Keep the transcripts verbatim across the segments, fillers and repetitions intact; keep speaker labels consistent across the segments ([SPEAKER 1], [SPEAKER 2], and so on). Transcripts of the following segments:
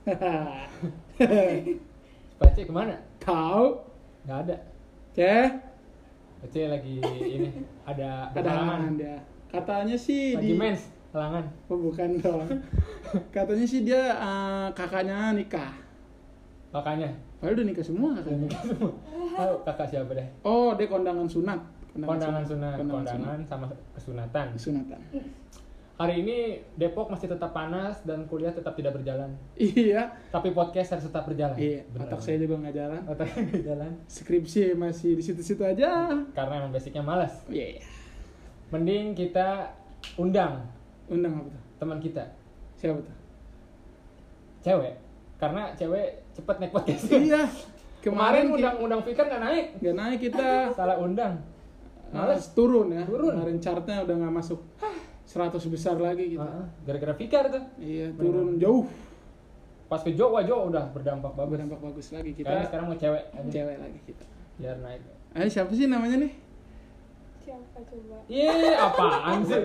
[SPEAKER 1] Pace kemana?
[SPEAKER 2] Tahu?
[SPEAKER 1] Nggak ada.
[SPEAKER 2] Ceh,
[SPEAKER 1] Pace lagi ini ada
[SPEAKER 2] ada halangan dia. Katanya sih
[SPEAKER 1] lagi
[SPEAKER 2] di
[SPEAKER 1] mens halangan.
[SPEAKER 2] Oh, bukan dong. Katanya sih dia uh, kakaknya nikah.
[SPEAKER 1] Makanya.
[SPEAKER 2] Padahal udah nikah semua kakaknya.
[SPEAKER 1] Oh, kakak siapa deh?
[SPEAKER 2] Oh, dia kondangan sunat.
[SPEAKER 1] Kondangan sunat,
[SPEAKER 2] Kondangan
[SPEAKER 1] kondangan sama kesunatan.
[SPEAKER 2] Sunatan.
[SPEAKER 1] Hari ini Depok masih tetap panas dan kuliah tetap tidak berjalan.
[SPEAKER 2] Iya.
[SPEAKER 1] Tapi podcast harus tetap berjalan.
[SPEAKER 2] Iya.
[SPEAKER 1] Benar.
[SPEAKER 2] Otak saya juga nggak jalan.
[SPEAKER 1] Otaknya nggak jalan.
[SPEAKER 2] Skripsi masih di situ-situ aja.
[SPEAKER 1] Karena emang basicnya malas.
[SPEAKER 2] Iya. Yeah.
[SPEAKER 1] Mending kita undang
[SPEAKER 2] Undang apa tuh?
[SPEAKER 1] teman kita,
[SPEAKER 2] Siapa tuh?
[SPEAKER 1] cewek. Karena cewek cepet naik podcast.
[SPEAKER 2] Iya.
[SPEAKER 1] Kemarin
[SPEAKER 2] Kemarin
[SPEAKER 1] undang-undang Fikar nggak naik.
[SPEAKER 2] nggak naik kita.
[SPEAKER 1] Salah undang.
[SPEAKER 2] Males turun ya.
[SPEAKER 1] Turun.
[SPEAKER 2] Kemarin chartnya udah nggak masuk seratus besar lagi gitu.
[SPEAKER 1] Uh-uh. Gara-gara Fikar tuh.
[SPEAKER 2] Iya, turun jauh.
[SPEAKER 1] Pas ke Jawa, Jawa udah berdampak bagus.
[SPEAKER 2] Berdampak bagus lagi kita.
[SPEAKER 1] Kayaknya sekarang mau cewek aja.
[SPEAKER 2] Cewek lagi kita.
[SPEAKER 1] Biar naik.
[SPEAKER 2] Eh, siapa sih namanya nih?
[SPEAKER 3] Siapa coba?
[SPEAKER 1] Iya, apaan sih?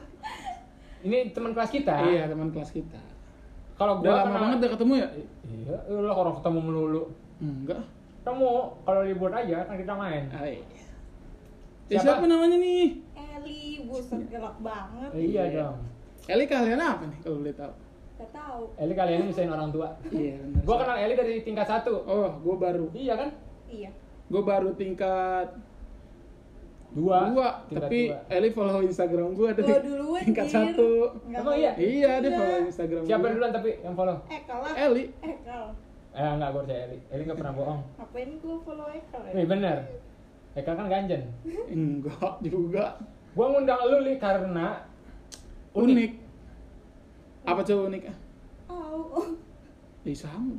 [SPEAKER 1] Ini teman kelas kita.
[SPEAKER 2] Iya, teman kelas kita.
[SPEAKER 1] Kalau
[SPEAKER 2] Udah
[SPEAKER 1] gua
[SPEAKER 2] lama
[SPEAKER 1] kenal-
[SPEAKER 2] banget udah ketemu ya?
[SPEAKER 1] Iya, lah orang ketemu melulu.
[SPEAKER 2] Enggak.
[SPEAKER 1] Ketemu kalau libur aja kan kita main.
[SPEAKER 2] Ah, iya. Eh,
[SPEAKER 1] Siapa?
[SPEAKER 2] siapa namanya nih?
[SPEAKER 3] Eli, buset galak banget.
[SPEAKER 1] Eh, iya
[SPEAKER 2] Iya.
[SPEAKER 1] dong.
[SPEAKER 2] Eli kalian apa nih kalau boleh tahu?
[SPEAKER 3] Gak tahu.
[SPEAKER 1] Eli kalian ini misain orang tua.
[SPEAKER 2] Iya, benar.
[SPEAKER 1] Gua kenal Eli dari tingkat satu.
[SPEAKER 2] Oh, gue baru.
[SPEAKER 1] Iya kan?
[SPEAKER 3] Iya.
[SPEAKER 2] Gue baru tingkat
[SPEAKER 1] Dua.
[SPEAKER 2] dua,
[SPEAKER 1] Tingkat
[SPEAKER 2] tapi
[SPEAKER 1] dua.
[SPEAKER 2] Eli follow Instagram gue dari
[SPEAKER 3] Lo duluan,
[SPEAKER 2] tingkat
[SPEAKER 3] Jir.
[SPEAKER 2] satu.
[SPEAKER 3] Nggak
[SPEAKER 1] Emang
[SPEAKER 3] mau.
[SPEAKER 1] iya?
[SPEAKER 2] Iya, dia
[SPEAKER 3] Iya.
[SPEAKER 2] follow Instagram
[SPEAKER 1] Siapa
[SPEAKER 2] gua.
[SPEAKER 1] duluan tapi yang follow?
[SPEAKER 3] Eka lah.
[SPEAKER 2] Eli.
[SPEAKER 3] Eka.
[SPEAKER 1] Eh enggak, gue percaya Eli. Eli nggak pernah bohong.
[SPEAKER 3] Ngapain gue follow Eka ya?
[SPEAKER 1] Nih bener. Eka kan ganjen.
[SPEAKER 2] Enggak juga.
[SPEAKER 1] Gua ngundang lu Li karena unik.
[SPEAKER 2] Unik. Apa coba unik?
[SPEAKER 3] Oh.
[SPEAKER 2] Eh, sama.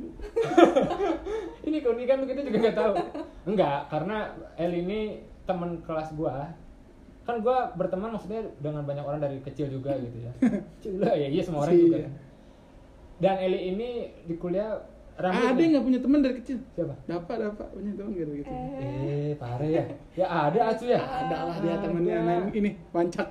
[SPEAKER 1] Ini keunikan lu kita juga nggak tahu. Enggak, karena Eli ini teman kelas gua. Kan gua berteman maksudnya dengan banyak orang dari kecil juga gitu ya. Kecil lah ya, iya semua orang juga.
[SPEAKER 2] Iya.
[SPEAKER 1] Dan Eli ini di kuliah rambutnya.
[SPEAKER 2] Ada yang nggak punya teman dari kecil?
[SPEAKER 1] Siapa?
[SPEAKER 2] Dapat, dapat punya teman nggak dari kecil?
[SPEAKER 3] Eh.
[SPEAKER 1] Eh, parah ya. Ya ada Acu ya.
[SPEAKER 2] Ada lah dia temennya
[SPEAKER 1] Ada.
[SPEAKER 2] main ini wancak.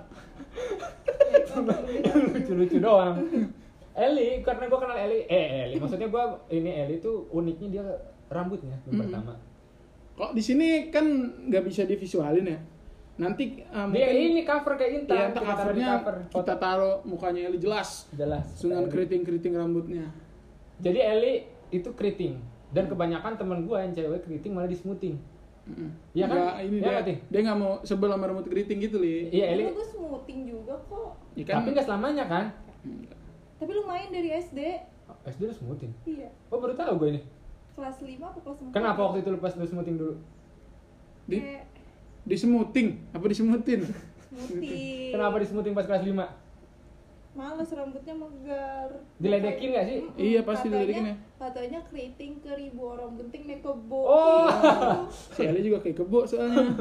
[SPEAKER 1] Lucu-lucu doang. Eli, karena gua kenal Eli. Eh, Eli, maksudnya gua ini Eli tuh uniknya dia rambutnya yang
[SPEAKER 2] Mm-mm.
[SPEAKER 1] pertama.
[SPEAKER 2] Kok di sini kan nggak bisa divisualin ya? Nanti uh,
[SPEAKER 1] Dia
[SPEAKER 2] mungkin
[SPEAKER 1] ini cover kayak Intan.
[SPEAKER 2] ya,
[SPEAKER 1] kita taruh di
[SPEAKER 2] covernya
[SPEAKER 1] cover.
[SPEAKER 2] kita taruh mukanya Eli jelas
[SPEAKER 1] Jelas.
[SPEAKER 2] dengan
[SPEAKER 1] Eli.
[SPEAKER 2] keriting-keriting rambutnya.
[SPEAKER 1] Jadi Eli itu keriting dan kebanyakan teman gua yang cewek keriting malah di smoothing.
[SPEAKER 2] Mm-mm.
[SPEAKER 1] Iya kan?
[SPEAKER 2] Nggak, ini
[SPEAKER 1] Iya
[SPEAKER 2] dia
[SPEAKER 1] nggak, Ting?
[SPEAKER 2] dia nggak mau sebel sama rambut keriting gitu li.
[SPEAKER 1] Iya Eli.
[SPEAKER 3] Gue smoothing juga kok.
[SPEAKER 2] Ya kan?
[SPEAKER 1] Tapi nggak selamanya kan?
[SPEAKER 2] Enggak.
[SPEAKER 3] Tapi lumayan dari S D.
[SPEAKER 1] S D lu smoothing.
[SPEAKER 3] Iya.
[SPEAKER 1] Oh baru tahu gue ini.
[SPEAKER 3] Kelas lima apa kelas empat?
[SPEAKER 1] Kenapa waktu itu lu pas lu smoothing dulu?
[SPEAKER 2] Di
[SPEAKER 3] Kayak
[SPEAKER 2] disemuting apa disemutin?
[SPEAKER 3] smoothing.
[SPEAKER 1] Kenapa di smoothing pas kelas lima?
[SPEAKER 3] Males rambutnya megar.
[SPEAKER 1] Diledekin nggak sih?
[SPEAKER 3] Mm-mm.
[SPEAKER 2] Iya, pasti
[SPEAKER 3] Katanya-
[SPEAKER 2] diledekin ya.
[SPEAKER 3] Katanya keriting ke ribu orang genting naik kebo.
[SPEAKER 1] Oh.
[SPEAKER 2] Si Eli juga kayak kebo soalnya.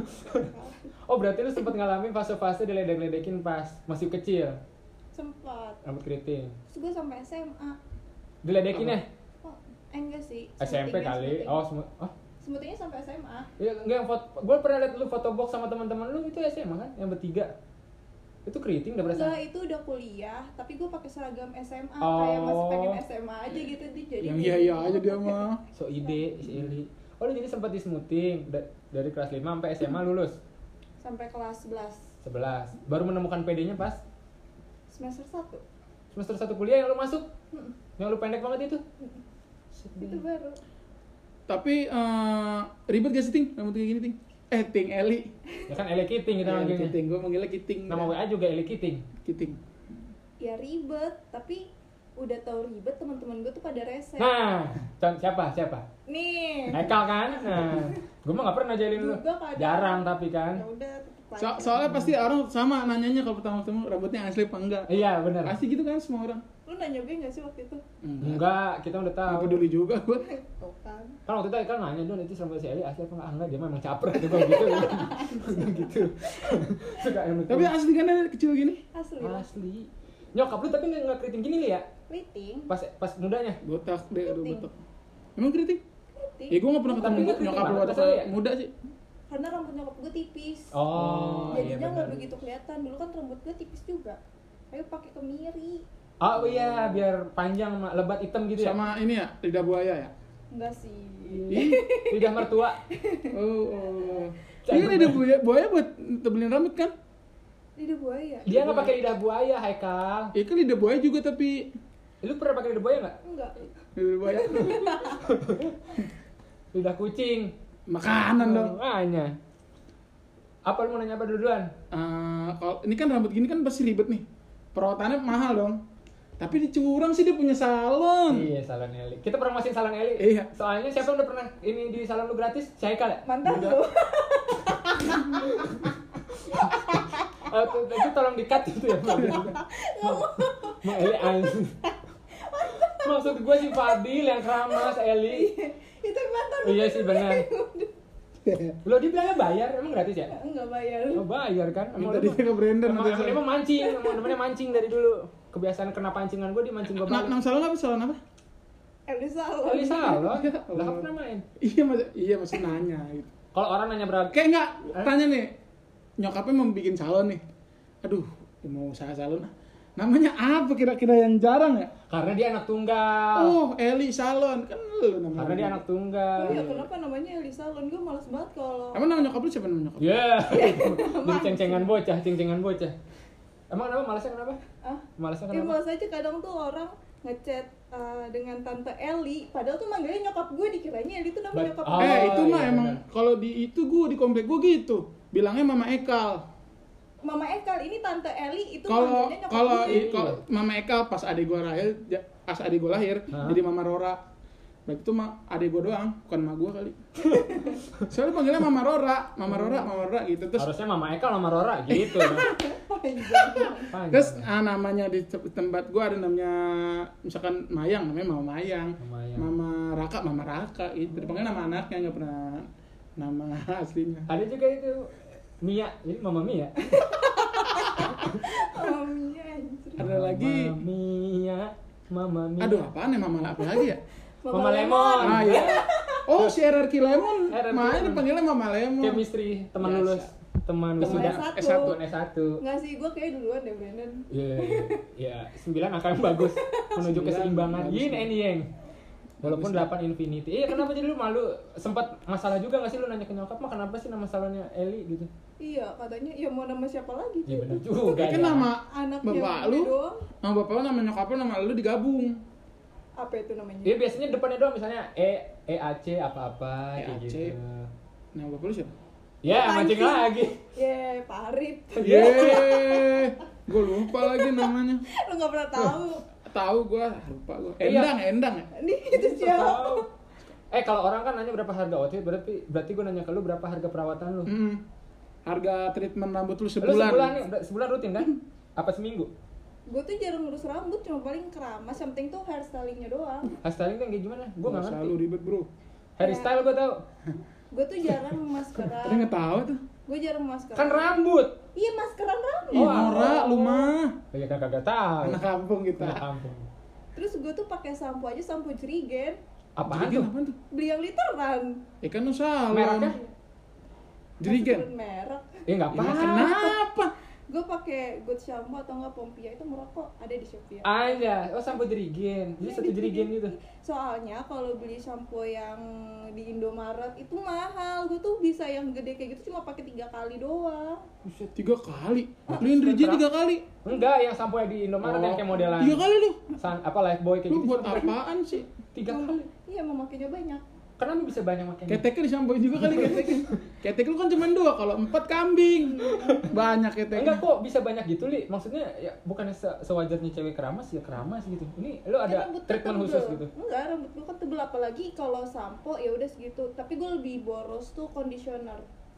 [SPEAKER 1] Oh berarti lu sempat ngalamin fase-fase diledek-ledekin pas masih kecil
[SPEAKER 3] Sempat.
[SPEAKER 1] rambut keriting.
[SPEAKER 3] Terus gue sampai S M A.
[SPEAKER 1] Diledekin ya?
[SPEAKER 3] Oh, eh, enggak sih.
[SPEAKER 1] S M P
[SPEAKER 3] Smoothingnya
[SPEAKER 1] kali.
[SPEAKER 3] smoothing.
[SPEAKER 1] Oh, semut. Oh,
[SPEAKER 3] Smoothingnya sampai S M A.
[SPEAKER 1] ya enggak yang foto. Gue pernah liat lu foto box sama teman-teman lu itu S M A kan? Yang bertiga. Itu keriting udah berasa.
[SPEAKER 3] Enggak, itu udah kuliah, tapi gue pakai seragam S M A
[SPEAKER 1] Oh.
[SPEAKER 3] kayak masih pengen S M A aja gitu di jadi.
[SPEAKER 2] Yang iya iya aja dia mah.
[SPEAKER 1] So ide si Eli. Oh lu jadi sempat di smoothing Da- dari kelas lima sampai S M A lulus
[SPEAKER 3] Sampai kelas sebelas
[SPEAKER 1] sebelas. Baru menemukan P D-nya pas
[SPEAKER 3] semester satu.
[SPEAKER 1] semester satu kuliah yang lu masuk.
[SPEAKER 3] Mm-mm.
[SPEAKER 1] Yang lu pendek banget itu.
[SPEAKER 3] Itu baru.
[SPEAKER 2] Tapi eh, ribet gak sih Ting? Rambut kayak gini Ting? Eh Ting Eli.
[SPEAKER 1] Ya kan Eli Kiting kita
[SPEAKER 2] Iya,
[SPEAKER 1] manggilnya.
[SPEAKER 2] Kiting, gue manggilnya Kiting.
[SPEAKER 1] Nama W A juga Eli Kiting.
[SPEAKER 2] Kiting.
[SPEAKER 3] Ya ribet, tapi udah tahu ribet teman-teman gue tuh pada rese.
[SPEAKER 1] Nah, con- siapa? Siapa?
[SPEAKER 3] Nih.
[SPEAKER 1] Haikal kan? Nah, gue mah gak pernah jalin lu.
[SPEAKER 3] Juga kadang.
[SPEAKER 1] Jarang tapi kan.
[SPEAKER 3] Ya udah tetep
[SPEAKER 2] So,
[SPEAKER 3] aja.
[SPEAKER 2] soalnya pasti orang sama nanyanya kalau pertama ketemu rambutnya asli apa enggak.
[SPEAKER 1] Iya benar.
[SPEAKER 2] Pasti gitu kan semua orang.
[SPEAKER 3] Lu nanya gue gak sih waktu itu?
[SPEAKER 1] Enggak, kita udah
[SPEAKER 2] Nggak
[SPEAKER 1] tahu.
[SPEAKER 2] peduli juga gue.
[SPEAKER 3] Tuh kan.
[SPEAKER 1] Kan waktu itu Haikal nanya dong itu rambut si Eli asli apa enggak? Enggak, dia memang caper gitu gitu. gitu. Suka yang
[SPEAKER 2] Tapi asli kan ada kecil gini.
[SPEAKER 3] Asli lah.
[SPEAKER 1] asli. Nyokap lu tapi nggak keriting gini li ya?
[SPEAKER 3] Keriting.
[SPEAKER 1] Pas pas mudanya.
[SPEAKER 2] Botak deh, aduh
[SPEAKER 3] Keriting.
[SPEAKER 2] botak. Emang keriting?
[SPEAKER 3] Keriting.
[SPEAKER 2] Ya gue gak pernah
[SPEAKER 1] Tapi
[SPEAKER 2] ketemu
[SPEAKER 1] nggak keriting
[SPEAKER 2] nyokap lu
[SPEAKER 1] banget,
[SPEAKER 2] botak
[SPEAKER 1] asli ya?
[SPEAKER 2] muda sih.
[SPEAKER 3] Karena rambut nyokap gue tipis.
[SPEAKER 1] Oh, iya
[SPEAKER 3] Jadinya
[SPEAKER 1] benar.
[SPEAKER 3] nggak begitu kelihatan. Dulu kan rambut gue tipis juga. Ayo pakai kemiri.
[SPEAKER 1] Oh iya, biar panjang sama lebat hitam gitu ya.
[SPEAKER 2] Sama ini ya, lidah buaya ya?
[SPEAKER 3] Enggak sih.
[SPEAKER 2] Ih,
[SPEAKER 1] Lidah mertua.
[SPEAKER 2] oh, oh. Iya lidah buaya, buaya buat tebelin rambut kan?
[SPEAKER 3] Lidah buaya.
[SPEAKER 1] Dia nggak pakai lidah buaya, Haikal.
[SPEAKER 2] Iya kan lidah buaya juga tapi
[SPEAKER 1] Lu pernah pakai lidah buaya nggak?
[SPEAKER 3] Enggak.
[SPEAKER 2] lidah buaya
[SPEAKER 1] Lidah kucing.
[SPEAKER 2] makanan dong.
[SPEAKER 1] Makanya. Apa lu mau nanya apa duluan?
[SPEAKER 2] Eh, kalau ini kan rambut gini kan pasti ribet nih. Perawatannya mahal dong. Tapi di Curang sih dia punya salon.
[SPEAKER 1] Iya, salon Eli. Kita pernah masukin salon Eli.
[SPEAKER 2] Iya.
[SPEAKER 1] Soalnya siapa udah pernah ini di salon lu gratis? Si Haikal ya?
[SPEAKER 3] Mantap
[SPEAKER 1] Udah.
[SPEAKER 3] lu.
[SPEAKER 1] Eh, itu, itu tolong di-cut itu ya. Bang Eli anjing. Maksud gue si Fadil yang keramas Eli.
[SPEAKER 3] Itu mantan.
[SPEAKER 1] Iya sih benar. Lo dibilangnya bayar, emang gratis ya?
[SPEAKER 3] Enggak bayar.
[SPEAKER 1] Oh bayar kan?
[SPEAKER 2] Yang
[SPEAKER 1] Emang
[SPEAKER 2] tadi
[SPEAKER 1] lu-
[SPEAKER 2] ke Brandon
[SPEAKER 1] emang,
[SPEAKER 2] nanti
[SPEAKER 1] emang dia mah mancing, emang namanya mancing dari dulu. Kebiasaan kena pancingan gue, dia mancing gue
[SPEAKER 2] Nah,
[SPEAKER 1] balik.
[SPEAKER 2] nama salon apa? Salon apa?
[SPEAKER 3] Eli salon.
[SPEAKER 1] Eli salon,
[SPEAKER 2] Ya
[SPEAKER 1] lah
[SPEAKER 2] Allah.
[SPEAKER 1] apa namain?
[SPEAKER 2] Iya mas, iya masih nanya gitu.
[SPEAKER 1] Kalau orang nanya berapa?
[SPEAKER 2] Kayak enggak
[SPEAKER 1] Hah?
[SPEAKER 2] tanya nih, nyokapnya mau bikin salon nih. Aduh, mau usaha salon ah. Namanya apa kira-kira yang jarang ya?
[SPEAKER 1] Karena dia anak tunggal.
[SPEAKER 2] Oh, Eli Salon kan lu namanya.
[SPEAKER 1] Karena dia anak tunggal.
[SPEAKER 3] Oh iya, kenapa namanya Eli salon? Gue males banget kalau
[SPEAKER 2] Emang nama nyokap lu siapa nama nyokap?
[SPEAKER 1] Ya, jadi ceng-cengan bocah, ceng-cengan bocah. Emang kenapa malasnya kenapa?
[SPEAKER 3] ah,
[SPEAKER 1] Malasnya
[SPEAKER 3] ya
[SPEAKER 1] kenapa?
[SPEAKER 3] males aja kadang tuh orang ngechat uh, dengan tante Eli, padahal tuh manggilnya nyokap gue, dikiranya Eli tuh nama
[SPEAKER 1] But-
[SPEAKER 3] nyokap
[SPEAKER 1] Oh,
[SPEAKER 3] gue.
[SPEAKER 2] eh itu mah
[SPEAKER 1] iya,
[SPEAKER 2] emang
[SPEAKER 1] benar.
[SPEAKER 2] kalau di itu gua di komplek gua gitu. Bilangnya Mama Ekal.
[SPEAKER 3] Mama Ekal, ini tante Eli itu
[SPEAKER 2] Kalau
[SPEAKER 3] manggilnya nyokap
[SPEAKER 2] kalau
[SPEAKER 3] gue.
[SPEAKER 2] i- kalau Mama Ekal pas adik gua lahir, ja- pas adik gua lahir
[SPEAKER 1] Hah?
[SPEAKER 2] jadi Mama Rora. Berarti itu mah adik gua doang, bukan emak gua kali. Soalnya panggilnya Mama Rora, Mama Rora, Mama Rora gitu. Terus
[SPEAKER 1] Harusnya Mama Eka sama Rora gitu.
[SPEAKER 3] Panjang.
[SPEAKER 1] Panjang.
[SPEAKER 2] terus ah, namanya di te- tempat gua ada namanya misalkan Mayang, namanya Mama Mayang.
[SPEAKER 1] Mama Mayang.
[SPEAKER 2] Mama Raka, Mama Raka gitu. Dipanggil nama anaknya nggak pernah nama aslinya.
[SPEAKER 1] Ada juga itu Mia, jadi Mama Mia.
[SPEAKER 3] Maminya anjir.
[SPEAKER 2] Ada lagi.
[SPEAKER 1] Mama Mia, Mama Mia.
[SPEAKER 2] Aduh, apaan ya Mama apa lagi ya?
[SPEAKER 1] Mama Lemon.
[SPEAKER 2] Ah iya. Oh, si R R Q Lemon.
[SPEAKER 1] R R Q
[SPEAKER 2] Makanya
[SPEAKER 1] Lemon.
[SPEAKER 2] dipanggilnya Mama Lemon.
[SPEAKER 1] Chemistry, teman
[SPEAKER 2] Biasa.
[SPEAKER 1] lulus, teman
[SPEAKER 3] Teman
[SPEAKER 1] wisuda
[SPEAKER 3] S satu.
[SPEAKER 2] S satu.
[SPEAKER 1] Teman S satu.
[SPEAKER 3] Enggak sih, gue kayak duluan deh Brandon.
[SPEAKER 1] Iya, iya, sembilan angka yang bagus menuju
[SPEAKER 2] Sembilan,
[SPEAKER 1] keseimbangan.
[SPEAKER 2] bagus.
[SPEAKER 1] Yin and yang. Walaupun
[SPEAKER 2] Bagus.
[SPEAKER 1] delapan infinity. Iya, kenapa jadi lu malu? Sempat masalah juga nggak sih lu nanya ke nyokap mah kenapa sih nama salonnya Eli gitu?
[SPEAKER 3] Iya, katanya ya mau nama siapa lagi?
[SPEAKER 1] Iya
[SPEAKER 3] cuy?
[SPEAKER 1] benar juga.
[SPEAKER 2] Kan
[SPEAKER 1] ya.
[SPEAKER 2] nama
[SPEAKER 3] Anaknya
[SPEAKER 2] bapak
[SPEAKER 3] gue
[SPEAKER 2] lu,
[SPEAKER 3] doang.
[SPEAKER 2] nama bapak lu, nama nyokap lu, nama lu digabung.
[SPEAKER 3] Apa itu namanya?
[SPEAKER 1] Iya biasanya depannya doang misalnya E E A C apa-apa
[SPEAKER 2] E A
[SPEAKER 1] kayak
[SPEAKER 2] C.
[SPEAKER 1] gitu.
[SPEAKER 2] Nama bapak lu siapa?
[SPEAKER 1] Ya, mancing
[SPEAKER 3] Mancing.
[SPEAKER 1] lagi.
[SPEAKER 3] Ye, Pak Arif.
[SPEAKER 1] Iya.
[SPEAKER 2] Yeay, gue lupa lagi namanya.
[SPEAKER 3] Lu nggak pernah tahu.
[SPEAKER 2] Tahu gue, lupa gue.
[SPEAKER 1] Iya.
[SPEAKER 2] Endang, Endang ya?
[SPEAKER 3] Nih itu siapa?
[SPEAKER 1] Tahu. Eh kalau orang kan nanya berapa harga outfit, berarti berarti gue nanya ke lu berapa harga perawatan lu?
[SPEAKER 2] Hmm. Harga treatment rambut lu
[SPEAKER 1] Lu
[SPEAKER 2] sebulan.
[SPEAKER 1] sebulan nih, udah sebulan rutin kan? Apa seminggu?
[SPEAKER 3] Gue tuh jarang ngurus rambut, cuma paling keramas. Yang penting tuh hairstylingnya doang.
[SPEAKER 1] Hairstyling tuh yang kayak gimana? Gue nggak
[SPEAKER 2] Nggak
[SPEAKER 1] ngerti.
[SPEAKER 2] usah, lu ribet bro.
[SPEAKER 1] Hairstyle gue tau.
[SPEAKER 3] Gue tuh jarang maskeran.
[SPEAKER 2] Tadi nggak tahu tuh.
[SPEAKER 3] Gue jarang maskeran.
[SPEAKER 1] Kan rambut.
[SPEAKER 3] Iya maskeran rambut.
[SPEAKER 2] Ih,
[SPEAKER 1] Oh,
[SPEAKER 2] Nora,
[SPEAKER 1] oh.
[SPEAKER 2] lu mah.
[SPEAKER 1] Oh iya kan kagak tahu.
[SPEAKER 2] Anak kampung kita.
[SPEAKER 1] Anak kampung.
[SPEAKER 3] Terus gue tuh pakai sampo aja, sampo Jerigen.
[SPEAKER 1] Apaan
[SPEAKER 2] Jerigen
[SPEAKER 1] tuh?
[SPEAKER 2] apaan tuh?
[SPEAKER 3] Beli yang literan.
[SPEAKER 2] Eh kan lu salon.
[SPEAKER 1] Mereknya?
[SPEAKER 2] Jerigen.
[SPEAKER 3] Masih merek.
[SPEAKER 1] Eh nggak
[SPEAKER 2] Ya,
[SPEAKER 1] apa-apa.
[SPEAKER 2] kenapa?
[SPEAKER 3] Gue pakai good shampoo atau enggak Pompia, itu murah kok, ada di Shopee.
[SPEAKER 1] Aja. Oh sampo jerigen. Jadi satu jerigen gitu.
[SPEAKER 3] Soalnya kalau beli shampoo yang di Indomaret itu mahal. Gue tuh bisa yang gede kayak gitu cuma pakai tiga kali doang.
[SPEAKER 2] Buset, tiga kali. Beliin Regen tiga kali.
[SPEAKER 1] Enggak, yang sampo yang di Indomaret yang kayak modelan.
[SPEAKER 2] Tiga kali lu.
[SPEAKER 1] San, apa Lifebuoy kayak
[SPEAKER 2] Lu
[SPEAKER 1] gitu.
[SPEAKER 2] buat apaan sih?
[SPEAKER 1] Tiga kali.
[SPEAKER 3] Iya, mau makainya banyak.
[SPEAKER 1] Kenapa bisa banyak makanya?
[SPEAKER 2] Keteknya disampoin juga kali keteknya. Ketek lu kan cuma dua, kalau empat kambing. Banyak keteknya.
[SPEAKER 1] Enggak kok bisa banyak gitu li. Maksudnya ya bukannya se- sewajarnya cewek keramas ya keramas gitu. Ini lu
[SPEAKER 3] Kan
[SPEAKER 1] ada
[SPEAKER 3] rambut
[SPEAKER 1] treatment
[SPEAKER 3] tebel.
[SPEAKER 1] khusus gitu.
[SPEAKER 3] Enggak, rambut gue kan tebel, apalagi kalau sampo ya udah segitu. Tapi gue lebih boros tuh conditioner.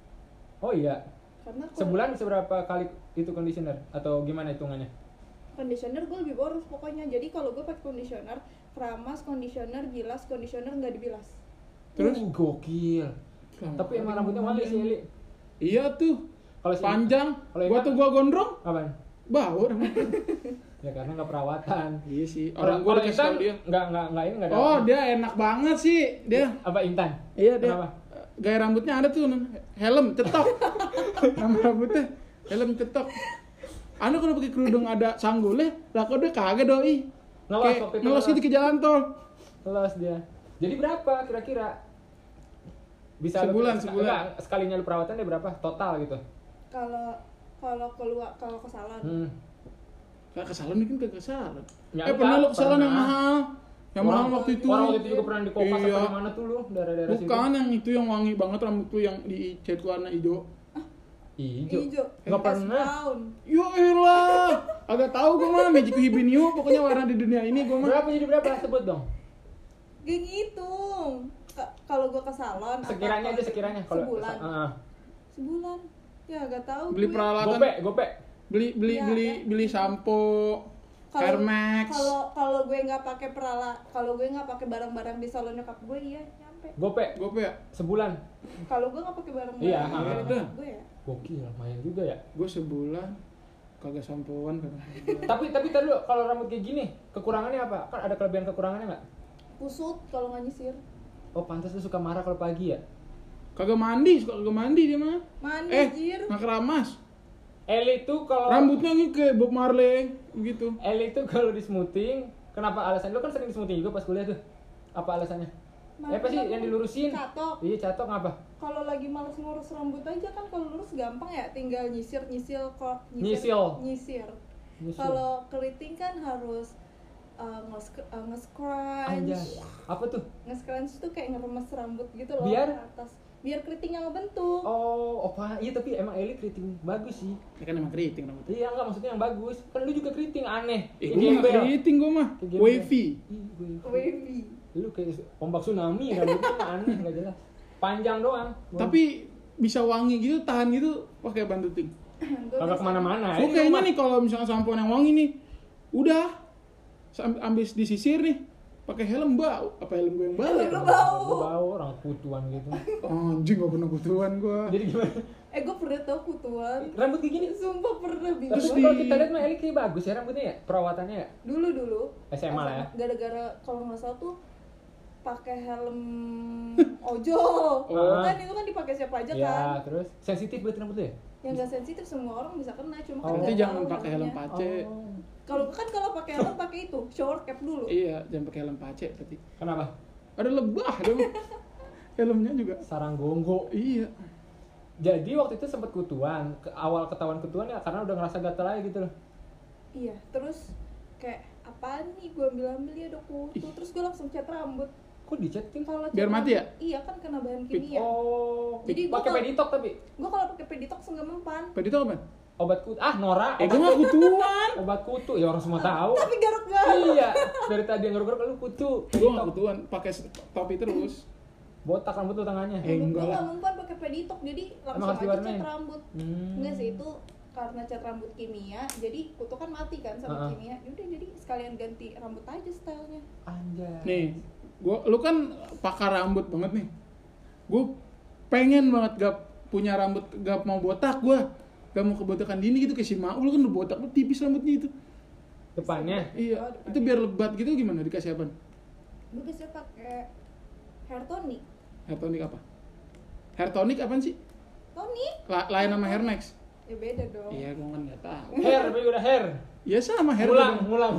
[SPEAKER 1] Oh iya.
[SPEAKER 3] Karena kalau
[SPEAKER 1] Sebulan seberapa kali itu conditioner atau gimana hitungannya?
[SPEAKER 3] conditioner gue lebih boros pokoknya. Jadi kalau gue pakai conditioner, keramas, conditioner, bilas, conditioner nggak dibilas.
[SPEAKER 2] Terus?
[SPEAKER 1] Uh, gokil. Tapi emang rambutnya wali sih Eli.
[SPEAKER 2] Iya tuh.
[SPEAKER 1] Kalau si-
[SPEAKER 2] Panjang.
[SPEAKER 1] kalau
[SPEAKER 2] Gua
[SPEAKER 1] Intan-
[SPEAKER 2] tuh gua gondrong,
[SPEAKER 1] Apaan?
[SPEAKER 2] bau rambut.
[SPEAKER 1] Ya karena nggak perawatan.
[SPEAKER 2] Iya sih.
[SPEAKER 1] Orang
[SPEAKER 2] Orang gua
[SPEAKER 1] kalau
[SPEAKER 2] dikasih
[SPEAKER 1] Intan
[SPEAKER 2] tau dia.
[SPEAKER 1] nggak nggak nggak ini nggak ada.
[SPEAKER 2] Oh, dia enak banget sih. Dia.
[SPEAKER 1] Apa Intan?
[SPEAKER 2] Iya, dia.
[SPEAKER 1] Kenapa?
[SPEAKER 2] Gaya rambutnya ada tuh, helm cetok. Nama rambutnya helm cetok. Anda kalau pakai kerudung ada sanggulnya, lah kok dia kagak doi.
[SPEAKER 1] Ngelos
[SPEAKER 2] Kayak
[SPEAKER 1] waktu itu
[SPEAKER 2] ngelos gitu ke jalan tol.
[SPEAKER 1] Ngelos dia. Jadi berapa kira-kira? Bisa
[SPEAKER 2] Sebulan,
[SPEAKER 1] lu,
[SPEAKER 2] sebulan.
[SPEAKER 1] Enggak, sekalinya lu perawatan dia berapa? Total gitu.
[SPEAKER 3] Kalau kalau keluar kalau ke salon
[SPEAKER 1] Hmm.
[SPEAKER 2] Kayak ke salon kan kagak ke salon.
[SPEAKER 1] Ya,
[SPEAKER 2] eh pernah
[SPEAKER 1] enggak,
[SPEAKER 2] lu ke salon yang
[SPEAKER 1] pernah.
[SPEAKER 2] mahal. Yang
[SPEAKER 1] Orang-
[SPEAKER 2] mahal waktu itu.
[SPEAKER 1] Orang waktu itu juga pernah di Kopas
[SPEAKER 2] Iya.
[SPEAKER 1] apa di mana tuh lu? Daerah-daerah situ.
[SPEAKER 2] Bukan yang itu yang wangi banget rambut tuh yang dicat warna hijau.
[SPEAKER 1] Hijau.
[SPEAKER 3] hijau.
[SPEAKER 1] Enggak
[SPEAKER 3] Es
[SPEAKER 1] pernah.
[SPEAKER 3] brown.
[SPEAKER 2] Yo elah, agak tahu gue mah Magic Hibiniu, pokoknya warna di dunia ini gue mah.
[SPEAKER 1] Berapa jadi berapa? Sebut dong.
[SPEAKER 3] Gak ngitung. Ka- Kalau gua ke salon apa
[SPEAKER 1] Sekiranya
[SPEAKER 3] kalau
[SPEAKER 1] aja sekiranya kalau
[SPEAKER 3] sebulan.
[SPEAKER 1] Heeh.
[SPEAKER 3] Sebulan. Ya gak tahu
[SPEAKER 2] Beli
[SPEAKER 3] gue.
[SPEAKER 2] peralatan,
[SPEAKER 1] Gope, gope.
[SPEAKER 2] beli beli
[SPEAKER 3] Iya,
[SPEAKER 2] beli
[SPEAKER 3] iya.
[SPEAKER 2] beli sampo,
[SPEAKER 3] Kalau-
[SPEAKER 2] Air Max.
[SPEAKER 3] Kalau kalau gue nggak pakai perala, kalau gue nggak pakai barang-barang di salon nyokap gue, iya nyampe.
[SPEAKER 1] Gope
[SPEAKER 2] Gope ya?
[SPEAKER 1] sebulan.
[SPEAKER 3] Kalau gue nggak pakai barang-barang
[SPEAKER 1] Iya,
[SPEAKER 3] di
[SPEAKER 1] ah.
[SPEAKER 3] nyokap gue ya.
[SPEAKER 1] Gokil, lumayan juga ya.
[SPEAKER 2] Gue sebulan kagak sampoan kagak.
[SPEAKER 1] tapi tapi tadi lu kalau rambut kayak gini, kekurangannya apa? Kan ada kelebihan kekurangannya nggak?
[SPEAKER 3] Kusut kalau nggak nyisir.
[SPEAKER 1] Oh, pantas lu suka marah kalau pagi ya?
[SPEAKER 2] Kagak mandi, suka kagak mandi dia mah.
[SPEAKER 3] Mandi
[SPEAKER 2] Eh,
[SPEAKER 3] jir.
[SPEAKER 2] nggak keramas.
[SPEAKER 1] Eli tuh kalau
[SPEAKER 2] Rambutnya nih kayak Bob Marley begitu.
[SPEAKER 1] Eli tuh kalau di smoothing, kenapa alasan lu kan sering di smoothing juga pas kuliah tuh? Apa alasannya? Eh, apa sih yang dilurusin?
[SPEAKER 3] Catok.
[SPEAKER 1] Iya, catok ngapa?
[SPEAKER 3] Kalau lagi males ngurus rambut aja kan, kalau lurus gampang ya, tinggal nyisir nyisil kok
[SPEAKER 1] Nyisil.
[SPEAKER 3] nyisir.
[SPEAKER 1] Nyusul.
[SPEAKER 3] Kalau keriting kan harus uh, nge uh, nge-scrunch.
[SPEAKER 1] Anjay. Apa tuh?
[SPEAKER 3] Nge-scrunch tuh kayak ngeremes rambut gitu loh
[SPEAKER 1] Biar?
[SPEAKER 3] ke atas. Biar keritingnya ngebentuk.
[SPEAKER 1] Oh, apa? Iya, tapi emang Eli keriting bagus sih.
[SPEAKER 2] Ya kan emang keriting rambutnya.
[SPEAKER 1] Iya, enggak maksudnya yang bagus. Kan lu juga keriting aneh.
[SPEAKER 2] Eh,
[SPEAKER 1] Kayak
[SPEAKER 2] gue nggak
[SPEAKER 1] gembel.
[SPEAKER 2] keriting gue mah.
[SPEAKER 1] Kayak gembel.
[SPEAKER 2] Wavy.
[SPEAKER 1] Ih, gue-
[SPEAKER 3] Wavy.
[SPEAKER 1] Lu kayak ombak tsunami, rambutnya aneh enggak jelas. Panjang doang.
[SPEAKER 2] Tapi bisa wangi gitu, tahan gitu pakai bantuting.
[SPEAKER 3] Gua
[SPEAKER 1] kagak
[SPEAKER 3] bisa-
[SPEAKER 1] kemana-mana.
[SPEAKER 2] Gue
[SPEAKER 1] Ini
[SPEAKER 2] kayaknya
[SPEAKER 1] rumah.
[SPEAKER 2] nih kalau misalnya sampoan yang wangi nih, udah sam- ambis disisir nih, pakai helm bau. Apa helm gue yang bau?
[SPEAKER 3] Helm
[SPEAKER 2] ya?
[SPEAKER 3] lu bau.
[SPEAKER 1] Gua bau orang kutuan gitu.
[SPEAKER 2] Anjing gak pernah kutuan gue.
[SPEAKER 1] Jadi gimana?
[SPEAKER 3] Eh gue pernah tau kutuan.
[SPEAKER 1] Rambut kayak gini.
[SPEAKER 3] Sumpah pernah
[SPEAKER 1] Tapi
[SPEAKER 2] Terus
[SPEAKER 3] bingung.
[SPEAKER 2] di-
[SPEAKER 1] kalau kita lihat mah Eli kayak bagus ya rambutnya ya, perawatannya ya.
[SPEAKER 3] Dulu dulu.
[SPEAKER 1] S M A lah ya.
[SPEAKER 3] Gara-gara kalau nggak salah tuh pakai helm ojol.
[SPEAKER 1] Oh.
[SPEAKER 3] Kan itu kan dipakai siapa aja
[SPEAKER 1] Ya,
[SPEAKER 3] kan.
[SPEAKER 1] terus sensitif buat rambut lu ya?
[SPEAKER 3] Yang nggak sensitif semua orang bisa kena, cuma kan
[SPEAKER 1] Oh.
[SPEAKER 3] nggak
[SPEAKER 2] Nanti jangan
[SPEAKER 3] tahu
[SPEAKER 2] pakai helm
[SPEAKER 3] namanya.
[SPEAKER 2] pace.
[SPEAKER 1] Oh.
[SPEAKER 3] Kalau kan kalau pakai helm pakai itu shower cap dulu.
[SPEAKER 2] Iya, jangan pakai helm pace tapi.
[SPEAKER 1] Kenapa?
[SPEAKER 2] Ada lebah dong. Helmnya juga.
[SPEAKER 1] Sarang gonggo.
[SPEAKER 2] Iya.
[SPEAKER 1] Jadi waktu itu sempet kutuan, ke awal ketahuan kutuan ya karena udah ngerasa gatel aja gitu loh.
[SPEAKER 3] Iya, terus kayak apaan nih gue ambil ambil ya dok kutu, terus gue langsung cat rambut.
[SPEAKER 1] Kok dicetting?
[SPEAKER 3] Kalau cat
[SPEAKER 2] Biar mati ya?
[SPEAKER 3] rambut- Iya kan kena bahan kimia.
[SPEAKER 1] Oh,
[SPEAKER 3] Jadi gua
[SPEAKER 1] pakai
[SPEAKER 3] kalau-
[SPEAKER 1] peditok tapi
[SPEAKER 3] Gue kalau pakai peditox nggak mempan.
[SPEAKER 2] Tadi itu apa?
[SPEAKER 1] obat kutu. Ah, Nora.
[SPEAKER 2] Eh, gue mah kutuan.
[SPEAKER 1] Obat kutu ya orang semua tahu.
[SPEAKER 3] Tapi garuk-garuk.
[SPEAKER 1] Iya, dari tadi yang garuk-garuk lu kutu.
[SPEAKER 2] Gue gak kutuan, pakai topi terus.
[SPEAKER 1] Botak rambut lu tangannya.
[SPEAKER 2] Eh,
[SPEAKER 3] Gue
[SPEAKER 2] enggak
[SPEAKER 3] nggak
[SPEAKER 2] lah.
[SPEAKER 3] mempan pakai peditox, jadi langsung
[SPEAKER 1] Emang harus
[SPEAKER 3] aja
[SPEAKER 1] diwarnain?
[SPEAKER 3] cat rambut.
[SPEAKER 1] Hmm.
[SPEAKER 3] Enggak sih, itu karena cat rambut kimia, jadi kutu kan mati kan sama
[SPEAKER 1] Uh-uh.
[SPEAKER 3] kimia. Yaudah jadi sekalian ganti rambut aja stylenya.
[SPEAKER 1] Anjay.
[SPEAKER 2] Nih, gua lu kan pakar rambut banget nih. Gue pengen banget gak punya rambut, gak mau botak gua. Gak mau kebotakan dini gitu kayak si Maul kan udah botak lu tipis rambutnya itu.
[SPEAKER 1] Depannya.
[SPEAKER 2] Iya,
[SPEAKER 3] Oh, depannya.
[SPEAKER 2] itu biar lebat gitu gimana dikasih apa?
[SPEAKER 3] Gue biasanya pakai hair tonic.
[SPEAKER 2] Hair tonic apa? Hair tonic apaan sih?
[SPEAKER 3] Tonic?
[SPEAKER 2] La- lain sama Hair Max.
[SPEAKER 3] Ya beda dong.
[SPEAKER 2] Iya, gua kan gak tahu.
[SPEAKER 1] Hair, tapi udah hair.
[SPEAKER 2] Iya sama hair.
[SPEAKER 1] Ngulang,
[SPEAKER 2] juga.
[SPEAKER 1] ngulang.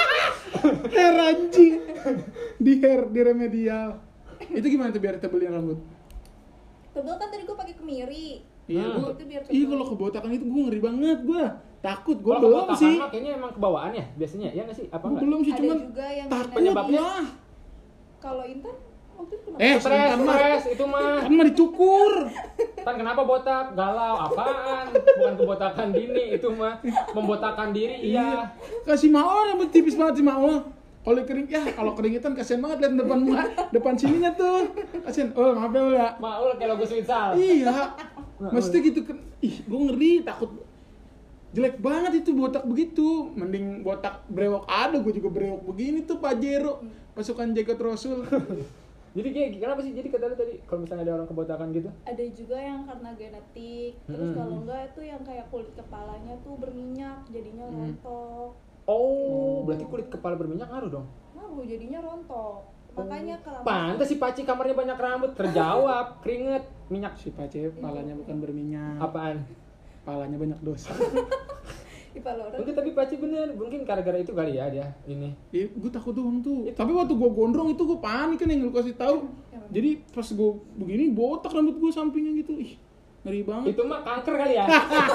[SPEAKER 2] Hair anjing. Di hair, di remedial. Itu gimana tuh biar tebelin rambut?
[SPEAKER 3] Tebel kan tadi gue pakai kemiri.
[SPEAKER 2] Iya,
[SPEAKER 1] Hmm.
[SPEAKER 2] gua,
[SPEAKER 3] Itu biar
[SPEAKER 2] iya
[SPEAKER 3] tebel.
[SPEAKER 2] kalau kebotakan itu gue ngeri banget gua. Takut, gua
[SPEAKER 1] Kalau
[SPEAKER 2] belum
[SPEAKER 1] kebotakan
[SPEAKER 2] sih.
[SPEAKER 1] mah kayaknya emang kebawaan ya biasanya. Ya nggak sih? Apa
[SPEAKER 2] Gua
[SPEAKER 1] enggak?
[SPEAKER 2] belum sih,
[SPEAKER 3] Ada
[SPEAKER 2] cuman
[SPEAKER 3] juga yang
[SPEAKER 2] takut
[SPEAKER 1] Penyebabnya?
[SPEAKER 2] lah.
[SPEAKER 3] Kalau Intan waktu itu kenapa?
[SPEAKER 2] Eh,
[SPEAKER 1] Stres,
[SPEAKER 2] sebentar, Mas.
[SPEAKER 1] stres itu mah.
[SPEAKER 2] Kan mah dicukur.
[SPEAKER 1] Kan kenapa botak? Galau apaan? Bukan kebotakan dini itu mah. Membotakan diri iya.
[SPEAKER 2] Kasih Maul rambut tipis banget si Maul. Kalau kering ya, kalau keringetan kasihan banget lihat depan muka, depan sininya tuh. Kasihan. Oh, maaf ya, Ul, ya.
[SPEAKER 1] Maul kayak logo Switzal.
[SPEAKER 2] Iya. Maksudnya gitu kan. Ih, gue ngeri, takut jelek banget itu botak begitu. Mending botak brewok ada, gue juga brewok begini tuh Pajero. Pasukan Jagot Rasul.
[SPEAKER 1] Jadi kayak kenapa sih? Jadi kata lu tadi kalau misalnya ada orang kebotakan gitu.
[SPEAKER 3] Ada juga yang karena genetik. Terus
[SPEAKER 1] Mm-mm.
[SPEAKER 3] kalau enggak itu yang kayak kulit kepalanya tuh berminyak, jadinya
[SPEAKER 2] Hmm.
[SPEAKER 3] rontok.
[SPEAKER 1] Oh, berarti kulit kepala berminyak ngaruh dong.
[SPEAKER 3] Ngaruh jadinya rontok. Makanya kelamaan.
[SPEAKER 1] Pantes si Paci kamarnya banyak rambut, terjawab, keringet, minyak.
[SPEAKER 2] Si Pace palanya bukan berminyak.
[SPEAKER 1] Apaan?
[SPEAKER 2] Palanya banyak dosa.
[SPEAKER 3] Ipal orang.
[SPEAKER 1] Mungkin tapi Paci bener, mungkin gara-gara itu kali ya dia ini.
[SPEAKER 2] Ya, gue takut doang tuh.
[SPEAKER 1] Itu.
[SPEAKER 2] Tapi waktu gue gondrong itu gue panik kan yang lu kasih tahu. Jadi pas gue begini botak rambut gue sampingnya gitu. Ih, ngeri banget.
[SPEAKER 1] Itu mah kanker kali ya.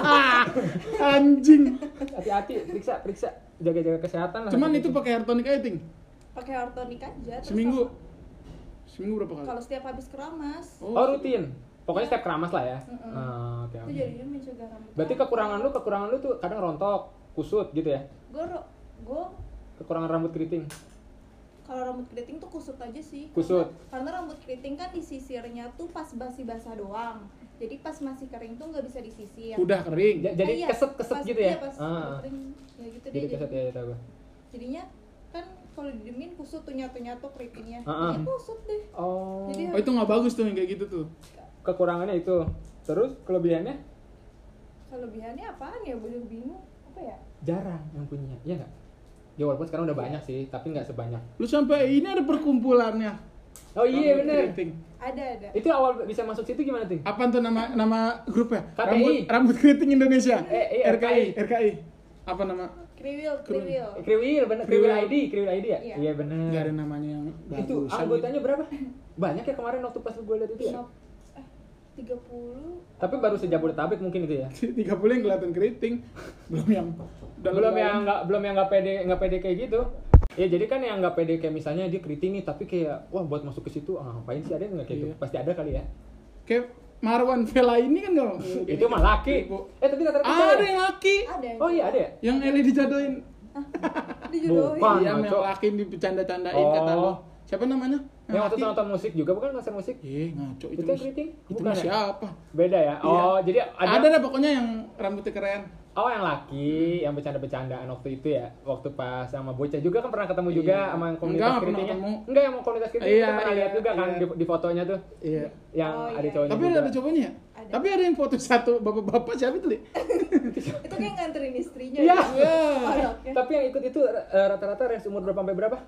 [SPEAKER 2] Anjing.
[SPEAKER 1] Hati-hati, periksa, periksa, jaga-jaga kesehatan lah.
[SPEAKER 2] Cuman itu pakai hair tonic aja, Ting.
[SPEAKER 3] Pakai hair tonic aja. terus
[SPEAKER 2] Seminggu.
[SPEAKER 3] sama-
[SPEAKER 2] Seminggu berapa kali?
[SPEAKER 3] Kalau setiap habis keramas.
[SPEAKER 1] Oh rutin. Pokoknya setiap keramas lah ya.
[SPEAKER 3] Mm-mm.
[SPEAKER 1] Ah, oke
[SPEAKER 3] Itu
[SPEAKER 1] oke.
[SPEAKER 3] jadinya mencegah rambut.
[SPEAKER 1] Berarti kekurangan lu, kekurangan lu tuh kadang rontok, kusut gitu ya.
[SPEAKER 3] Gue gue
[SPEAKER 1] Kekurangan rambut keriting.
[SPEAKER 3] kalau rambut keriting tuh kusut aja sih.
[SPEAKER 1] Kusut.
[SPEAKER 3] Karena, karena rambut keriting kan disisirnya tuh pas basi basah doang. Jadi pas masih kering tuh nggak bisa disisir.
[SPEAKER 2] Udah kering.
[SPEAKER 1] Ja- jadi
[SPEAKER 3] Ah, iya,
[SPEAKER 1] keset-keset
[SPEAKER 3] pas-
[SPEAKER 1] gitu ya.
[SPEAKER 3] iya, pas
[SPEAKER 1] Ah,
[SPEAKER 3] udah
[SPEAKER 1] ah.
[SPEAKER 3] kering, ya gitu
[SPEAKER 1] Jadi
[SPEAKER 3] deh.
[SPEAKER 1] keset
[SPEAKER 3] jadi-
[SPEAKER 1] ya, tahu gua.
[SPEAKER 3] Jadinya kan kalau didiemin kusut tuh nyatu-nyatu keritingnya.
[SPEAKER 1] Ah, ah.
[SPEAKER 3] Jadi kusut deh.
[SPEAKER 1] Oh.
[SPEAKER 3] Jadi
[SPEAKER 2] Oh itu nggak bagus tuh yang kayak gitu tuh.
[SPEAKER 1] Kekurangannya itu. Terus kelebihannya
[SPEAKER 3] kelebihannya apaan ya? Gue juga bingung. Apa ya?
[SPEAKER 1] jarang yang punya. Iya enggak? Ya walaupun sekarang udah banyak sih, tapi nggak sebanyak.
[SPEAKER 2] Lu sampai ini ada perkumpulannya.
[SPEAKER 1] Oh iya
[SPEAKER 2] Rambut
[SPEAKER 1] bener.
[SPEAKER 2] keriting.
[SPEAKER 3] Ada ada.
[SPEAKER 1] Itu awal bisa masuk situ gimana tuh?
[SPEAKER 2] Apaan tuh nama nama grupnya?
[SPEAKER 1] K P I.
[SPEAKER 2] Rambut, rambut keriting Indonesia.
[SPEAKER 1] Eh, iya,
[SPEAKER 2] R K I, R K I. Apa nama?
[SPEAKER 3] Kriwil, kriwil.
[SPEAKER 1] Kriwil, bener. Kriwil I D, Kriwil I D ya?
[SPEAKER 3] Iya.
[SPEAKER 1] Iya bener.
[SPEAKER 2] Gak ada namanya yang
[SPEAKER 1] Itu
[SPEAKER 2] bagus.
[SPEAKER 1] anggotanya berapa? Banyak ya kemarin waktu pas gue lihat itu ya.
[SPEAKER 3] Lima- eh tiga puluh.
[SPEAKER 1] Tapi baru sejabodetabek mungkin itu ya.
[SPEAKER 2] tiga puluh yang kelihatan keriting. Belum yang dalam
[SPEAKER 1] belum
[SPEAKER 2] dalam.
[SPEAKER 1] yang nggak belum yang nggak pede nggak pede kayak gitu. Ya jadi kan yang nggak pede kayak misalnya dia keriting nih tapi kayak wah buat masuk ke situ ah, ngapain sih ada nggak kayak gitu?
[SPEAKER 2] Iya.
[SPEAKER 1] Pasti ada kali ya.
[SPEAKER 2] Kayak Marwan Vela ini kan enggak.
[SPEAKER 1] Itu mah laki. Eh tapi rata-rata
[SPEAKER 2] Ada
[SPEAKER 1] cewek.
[SPEAKER 2] yang laki.
[SPEAKER 3] Ada.
[SPEAKER 1] Oh iya ada ya?
[SPEAKER 2] Yang Eli dijadoin.
[SPEAKER 3] Dijodohin.
[SPEAKER 1] Bukan.
[SPEAKER 2] Iya,
[SPEAKER 1] ngaco.
[SPEAKER 2] yang laki dibicanda-candain
[SPEAKER 1] Oh.
[SPEAKER 2] kata lo. Siapa namanya?
[SPEAKER 1] Yang waktu
[SPEAKER 2] laki.
[SPEAKER 1] nonton musik juga bukan konser musik?
[SPEAKER 2] Eh, ngaco itu.
[SPEAKER 1] Itu yang
[SPEAKER 2] mas-
[SPEAKER 1] keriting?
[SPEAKER 2] Itu
[SPEAKER 1] Bukan
[SPEAKER 2] mas
[SPEAKER 1] ya?
[SPEAKER 2] siapa?
[SPEAKER 1] Beda ya? Oh jadi
[SPEAKER 2] Ada
[SPEAKER 1] ada.
[SPEAKER 2] ada pokoknya yang rambutnya keren.
[SPEAKER 1] Oh yang laki, yang bercanda-bercandaan waktu itu ya. Waktu pas sama bocah juga kan pernah ketemu juga
[SPEAKER 2] Iya.
[SPEAKER 1] sama yang komunitas
[SPEAKER 2] Enggak, nggak pernah
[SPEAKER 1] keritingnya.
[SPEAKER 2] ketemu.
[SPEAKER 1] Enggak yang mau komunitas keriting
[SPEAKER 2] Iya,
[SPEAKER 1] kita pernah
[SPEAKER 2] iya,
[SPEAKER 1] lihat juga kan
[SPEAKER 2] iya.
[SPEAKER 1] di, di fotonya tuh.
[SPEAKER 2] Iya.
[SPEAKER 1] Yang
[SPEAKER 3] Oh,
[SPEAKER 1] ada
[SPEAKER 3] iya.
[SPEAKER 1] cowoknya
[SPEAKER 2] Tapi
[SPEAKER 1] juga.
[SPEAKER 2] ada cowoknya ya?
[SPEAKER 3] Ada.
[SPEAKER 2] Tapi ada yang foto satu bapak-bapak siapa itu, Li?
[SPEAKER 3] Itu kayak nganterin istrinya.
[SPEAKER 1] Iya.
[SPEAKER 3] ya.
[SPEAKER 2] Iya.
[SPEAKER 3] Anaknya.
[SPEAKER 1] Tapi yang ikut itu eh, rata-rata range umur berapa sampai berapa?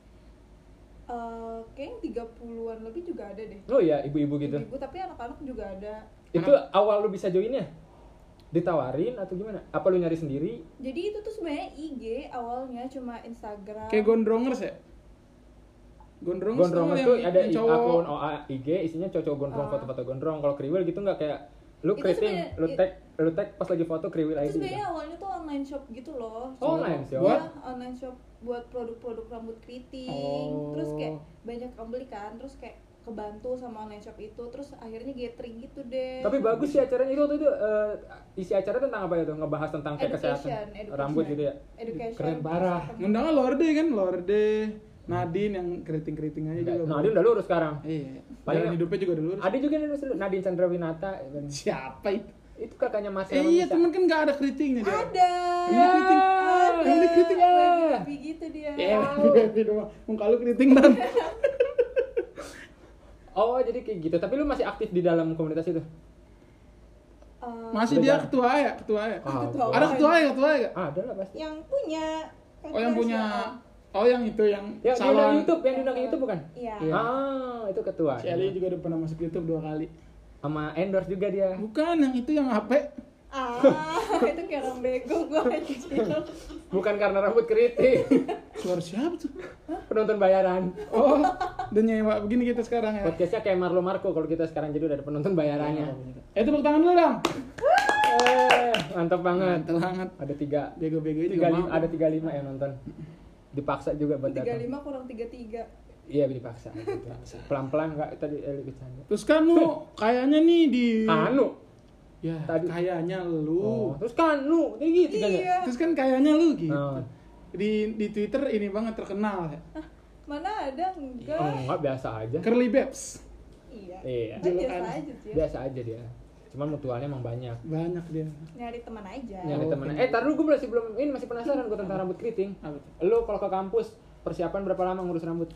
[SPEAKER 3] Eh, kayaknya tiga puluhan lebih juga ada deh.
[SPEAKER 1] Oh iya, ibu-ibu gitu.
[SPEAKER 3] Ibu tapi anak-anak juga ada.
[SPEAKER 1] Itu awal lu bisa joinnya? Ditawarin atau gimana? Apa lu nyari sendiri?
[SPEAKER 3] Jadi itu tuh sebenarnya I G awalnya cuma Instagram.
[SPEAKER 2] Kayak gondrongers ya? Gondrongers,
[SPEAKER 1] Gondrong
[SPEAKER 2] tuh
[SPEAKER 1] itu
[SPEAKER 2] yang-
[SPEAKER 1] ada
[SPEAKER 2] yang
[SPEAKER 1] i-
[SPEAKER 2] cowok.
[SPEAKER 1] akun O A I G isinya cowok gondrong,
[SPEAKER 3] Ah.
[SPEAKER 1] foto-foto gondrong. Kalau kriwil gitu nggak kayak lu
[SPEAKER 3] Itu
[SPEAKER 1] keriting,
[SPEAKER 3] sebenarnya-
[SPEAKER 1] lu tag, lu tag pas lagi foto kriwil I
[SPEAKER 3] Itu
[SPEAKER 1] D.
[SPEAKER 3] sebenarnya awalnya tuh online shop gitu loh.
[SPEAKER 1] Oh, online shop?
[SPEAKER 3] Iya, online shop buat produk-produk rambut keriting.
[SPEAKER 2] Oh.
[SPEAKER 3] Terus kayak banyak yang beli kan, terus kayak kebantu sama online shop itu, terus akhirnya gathering gitu deh.
[SPEAKER 1] Tapi bagus sih acaranya itu waktu itu eh, isi acara tentang apa itu? Ngebahas tentang kayak
[SPEAKER 3] Education,
[SPEAKER 1] kesehatan
[SPEAKER 3] education.
[SPEAKER 1] rambut gitu ya.
[SPEAKER 3] Education.
[SPEAKER 1] Keren parah.
[SPEAKER 2] Ngundangnya Lorde kan, Lorde, Nadine yang keriting-keriting aja juga.
[SPEAKER 1] Nah, dia udah lurus sekarang.
[SPEAKER 2] Iya.
[SPEAKER 1] Paling-
[SPEAKER 2] Jalan hidupnya juga udah lurus.
[SPEAKER 1] Ada juga nih lurus, Nadine Chandrawinata ya kan.
[SPEAKER 2] Siapa itu?
[SPEAKER 1] Itu kakaknya Mas
[SPEAKER 2] Eh,
[SPEAKER 1] Herman
[SPEAKER 2] iya,
[SPEAKER 1] Bisa.
[SPEAKER 2] temen kan nggak ada keritingnya dia.
[SPEAKER 3] Ada.
[SPEAKER 2] Ini keriting.
[SPEAKER 3] Ada.
[SPEAKER 2] Yang ini keriting.
[SPEAKER 3] Happy gitu dia.
[SPEAKER 2] Eh, happy doang. Muka lu keriting dan.
[SPEAKER 1] Oh, jadi kayak gitu. Tapi lu masih aktif di dalam komunitas itu?
[SPEAKER 3] Eh,
[SPEAKER 2] Masih
[SPEAKER 1] Udah
[SPEAKER 2] dia
[SPEAKER 1] jarang.
[SPEAKER 2] ketua ya, ketua ya.
[SPEAKER 1] Ah,
[SPEAKER 3] ketua.
[SPEAKER 2] Ada ketua ya, ketua ya.
[SPEAKER 1] Ada lah pasti.
[SPEAKER 3] yang punya.
[SPEAKER 2] Oh, yang punya. Oh, yang itu yang
[SPEAKER 1] Ya, yang diundang
[SPEAKER 2] salon.
[SPEAKER 1] YouTube, yang diundang YouTube bukan?
[SPEAKER 3] Iya.
[SPEAKER 2] Iya.
[SPEAKER 1] Ah, itu ketua.
[SPEAKER 2] Si Ali juga udah pernah masuk YouTube dua kali.
[SPEAKER 1] Sama endorse juga dia.
[SPEAKER 2] Bukan, yang itu yang H P.
[SPEAKER 3] Ah, itu kayak orang bego gua anjir.
[SPEAKER 1] Bukan karena rambut keriting.
[SPEAKER 2] Suara siapa tuh?
[SPEAKER 1] Penonton bayaran.
[SPEAKER 2] Oh, udah nyewa begini kita sekarang ya.
[SPEAKER 1] Podcastnya kayak Marlo Marco kalau kita sekarang jadi udah ada penonton bayarannya.
[SPEAKER 2] Eh, tepuk tangan dulu dong.
[SPEAKER 1] Eh, mantap banget.
[SPEAKER 2] Mantap banget.
[SPEAKER 1] Ada tiga,
[SPEAKER 2] Bego-bego ini
[SPEAKER 1] tiga
[SPEAKER 2] juga
[SPEAKER 1] lima,
[SPEAKER 2] mau.
[SPEAKER 1] ada tiga lima yang nonton. Dipaksa juga buat
[SPEAKER 3] tiga
[SPEAKER 1] datang.
[SPEAKER 3] puluh lima kurang tiga puluh tiga.
[SPEAKER 1] Iya dipaksa. Gitu. Pelan-pelan nggak tadi Eli bercanda.
[SPEAKER 2] Terus kan lu kayaknya nih di
[SPEAKER 1] Anu.
[SPEAKER 2] Ya,
[SPEAKER 1] Tadi.
[SPEAKER 2] kayaknya lu.
[SPEAKER 1] Oh, terus kan lu kayak gitu kan ya?
[SPEAKER 3] Iya.
[SPEAKER 2] Terus kan kayaknya lu gitu.
[SPEAKER 1] Oh.
[SPEAKER 2] Di di Twitter ini banget terkenal ya.
[SPEAKER 3] Mana ada enggak?
[SPEAKER 1] Oh, enggak biasa aja.
[SPEAKER 2] Curly Babes.
[SPEAKER 3] Iya.
[SPEAKER 1] Iya.
[SPEAKER 3] Kan biasa
[SPEAKER 2] Julukan.
[SPEAKER 3] aja sih. Ya.
[SPEAKER 1] Biasa aja dia. Cuman mutualnya emang banyak.
[SPEAKER 2] Banyak dia.
[SPEAKER 3] Nyari teman aja.
[SPEAKER 1] Nyari
[SPEAKER 2] Oh,
[SPEAKER 1] temen.
[SPEAKER 2] oke.
[SPEAKER 1] Eh, tar dulu gue masih belum ini masih penasaran gue tentang rambut keriting.
[SPEAKER 2] Apa tuh?
[SPEAKER 1] Lu kalau ke kampus persiapan berapa lama ngurus rambut?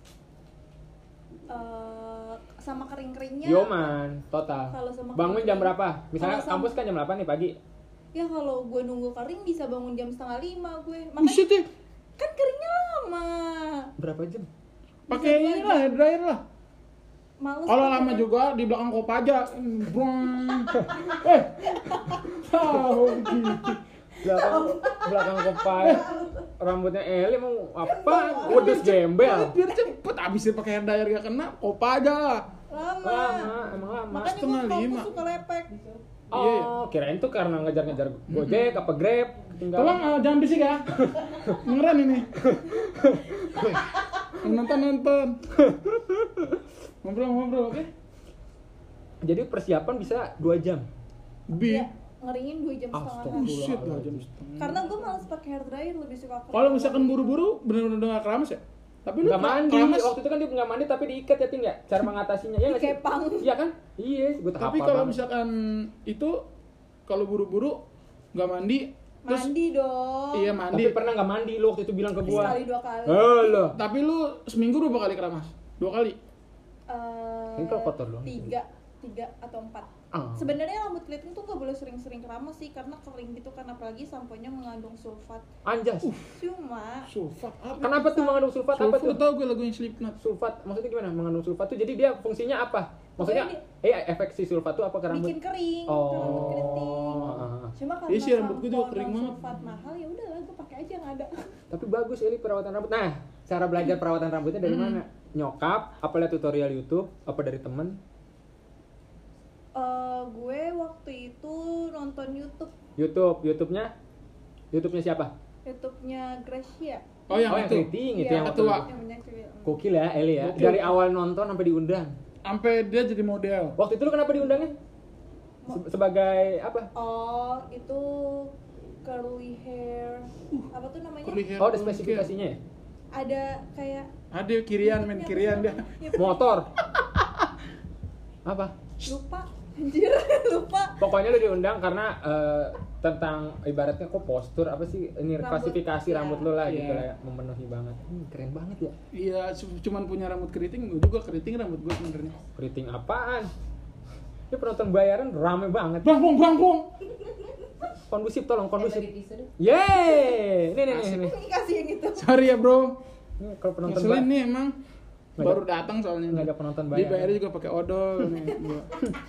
[SPEAKER 3] Eh, sama kering-keringnya.
[SPEAKER 1] Yoman, total.
[SPEAKER 3] Kalau sama
[SPEAKER 1] Bangun
[SPEAKER 3] kering-
[SPEAKER 1] jam berapa? Misalnya
[SPEAKER 3] Kalau sama-
[SPEAKER 1] kampus kan jam delapan nih pagi.
[SPEAKER 3] Ya kalau gue nunggu kering bisa bangun jam setengah lima gue. Makanya
[SPEAKER 2] Buset ya.
[SPEAKER 3] kan keringnya lama.
[SPEAKER 1] Berapa jam?
[SPEAKER 2] Pakai
[SPEAKER 3] Bisa
[SPEAKER 2] ini
[SPEAKER 3] dua
[SPEAKER 2] lah,
[SPEAKER 3] jam.
[SPEAKER 2] hair dryer lah.
[SPEAKER 3] Males.
[SPEAKER 2] Kalau
[SPEAKER 3] pakai
[SPEAKER 2] lama
[SPEAKER 3] kan.
[SPEAKER 2] juga di belakang Kopaja. Brong. Eh. Tahu gitu.
[SPEAKER 1] belakang belakang kopai rambutnya Eli mau apa? Wedus gembel.
[SPEAKER 2] Biar cepet abisnya pakai hair dryer gak kena, opa aja lah.
[SPEAKER 3] Lama.
[SPEAKER 1] Lama, emang lama.
[SPEAKER 3] Makanya
[SPEAKER 2] Setengah
[SPEAKER 3] gue
[SPEAKER 2] lima.
[SPEAKER 3] suka lepek.
[SPEAKER 1] Oh,
[SPEAKER 2] Iya.
[SPEAKER 1] kirain tuh karena ngejar-ngejar Gojek apa Grab ketinggalan.
[SPEAKER 2] Tolong uh, jangan bisik ya. Beneran ini. Nonton nonton. Ngobrol-ngobrol, oke?
[SPEAKER 1] Jadi persiapan bisa dua jam.
[SPEAKER 2] Bi.
[SPEAKER 3] Ya, ngeringin dua jam setengah.
[SPEAKER 1] Astagfirullah.
[SPEAKER 2] Buset lah jam setengah.
[SPEAKER 3] Karena gue males pakai hair dryer, lebih suka kering.
[SPEAKER 2] Kalau misalkan buru-buru bener-bener udah gak keramas ya? Tapi lu
[SPEAKER 1] Nggak mandi,
[SPEAKER 2] keramas.
[SPEAKER 1] waktu itu kan dia nggak mandi tapi diikat ya Ting ya? Cara mengatasinya, ya nggak sih?
[SPEAKER 3] Dikepang.
[SPEAKER 1] Iya kan? Iya, gue tak
[SPEAKER 2] Tapi
[SPEAKER 1] hafal
[SPEAKER 2] kalau
[SPEAKER 1] banget.
[SPEAKER 2] misalkan itu kalau buru-buru nggak mandi, terus
[SPEAKER 3] Mandi dong.
[SPEAKER 2] iya
[SPEAKER 1] Tapi
[SPEAKER 2] mandi.
[SPEAKER 1] pernah nggak mandi lu waktu itu bilang ke gua?
[SPEAKER 3] Sekali dua kali.
[SPEAKER 1] Oh, loh.
[SPEAKER 2] Tapi lu seminggu berapa kali keramas? Dua kali.
[SPEAKER 3] Eh,
[SPEAKER 1] Ini kalau kotor doang.
[SPEAKER 3] Tiga, tiga atau empat.
[SPEAKER 1] Ah.
[SPEAKER 3] Sebenarnya rambut keriting tuh gak boleh sering-sering keramas sih karena kering gitu kan, apalagi samponya mengandung sulfat.
[SPEAKER 1] Anjas.
[SPEAKER 3] Cuma
[SPEAKER 2] Sulfat apa?
[SPEAKER 1] Kenapa tuh mengandung sulfat? Apa tuh?
[SPEAKER 2] Sulfat tau gue lagunya Slipknot.
[SPEAKER 1] Sulfat maksudnya gimana? Mengandung sulfat tuh jadi dia fungsinya apa? Maksudnya eh efek si sulfat tuh apa ke rambut?
[SPEAKER 3] bikin kering
[SPEAKER 1] Oh.
[SPEAKER 3] ke rambut keriting.
[SPEAKER 1] Ah.
[SPEAKER 3] Cuma karena
[SPEAKER 2] Iya sih, rambut gue juga
[SPEAKER 3] sampo
[SPEAKER 2] kering
[SPEAKER 3] non
[SPEAKER 2] banget.
[SPEAKER 3] sulfat mahal ya udahlah gue pakai aja yang ada.
[SPEAKER 1] Tapi bagus Eli perawatan rambut. Nah, cara belajar perawatan rambutnya dari mana? Nyokap, apa lihat tutorial YouTube, apa dari temen?
[SPEAKER 3] Eh, gue waktu itu nonton YouTube,
[SPEAKER 1] YouTube, YouTube-nya? YouTube-nya siapa?
[SPEAKER 3] YouTube-nya Gracia.
[SPEAKER 2] Oh yang
[SPEAKER 1] oh, yang
[SPEAKER 2] itu.
[SPEAKER 1] keriting itu
[SPEAKER 3] Iya,
[SPEAKER 1] yang
[SPEAKER 2] ketua.
[SPEAKER 1] waktu-
[SPEAKER 3] Yang punya cewek.
[SPEAKER 1] Gokil ya Eli ya.
[SPEAKER 2] Gokil.
[SPEAKER 1] Dari awal nonton sampai diundang.
[SPEAKER 2] Sampai dia jadi model.
[SPEAKER 1] Waktu itu lu kenapa diundangnya? Se- sebagai apa?
[SPEAKER 3] Oh, itu curly hair. Apa tuh namanya?
[SPEAKER 2] Curly hair,
[SPEAKER 1] Oh, ada
[SPEAKER 2] curly hair.
[SPEAKER 1] spesifikasinya ya?
[SPEAKER 3] Ada kayak
[SPEAKER 2] Ada kirian main kirian dia.
[SPEAKER 3] Ya,
[SPEAKER 1] Motor. Apa?
[SPEAKER 3] lupa. Anjir, lupa.
[SPEAKER 1] Pokoknya lu diundang karena eh, tentang ibaratnya kok postur apa sih ini
[SPEAKER 3] Rambut,
[SPEAKER 1] klasifikasi
[SPEAKER 3] iya.
[SPEAKER 1] rambut lu lah gitu
[SPEAKER 2] Iya.
[SPEAKER 1] lah ya, memenuhi banget. Hmm, keren banget ya.
[SPEAKER 2] Iya, cu- cuman punya rambut keriting, gue juga keriting rambut gue sebenarnya.
[SPEAKER 1] Keriting apaan? Ini penonton bayaran rame banget.
[SPEAKER 2] Bang, bang, bang, bang.
[SPEAKER 1] Kondusif tolong kondusif.
[SPEAKER 4] Eh, bagi tisu deh.
[SPEAKER 1] Yeay! Ini nih nih nih.
[SPEAKER 3] Ini kasih yang itu.
[SPEAKER 2] Sorry ya bro,
[SPEAKER 1] Ini kalau penonton
[SPEAKER 2] ngeselin
[SPEAKER 1] ba-
[SPEAKER 2] nih emang.
[SPEAKER 1] Nggak
[SPEAKER 2] Baru datang soalnya.
[SPEAKER 1] nggak ada penonton
[SPEAKER 2] Dia
[SPEAKER 1] bayaran.
[SPEAKER 2] bayarnya juga pakai odol nih. gua.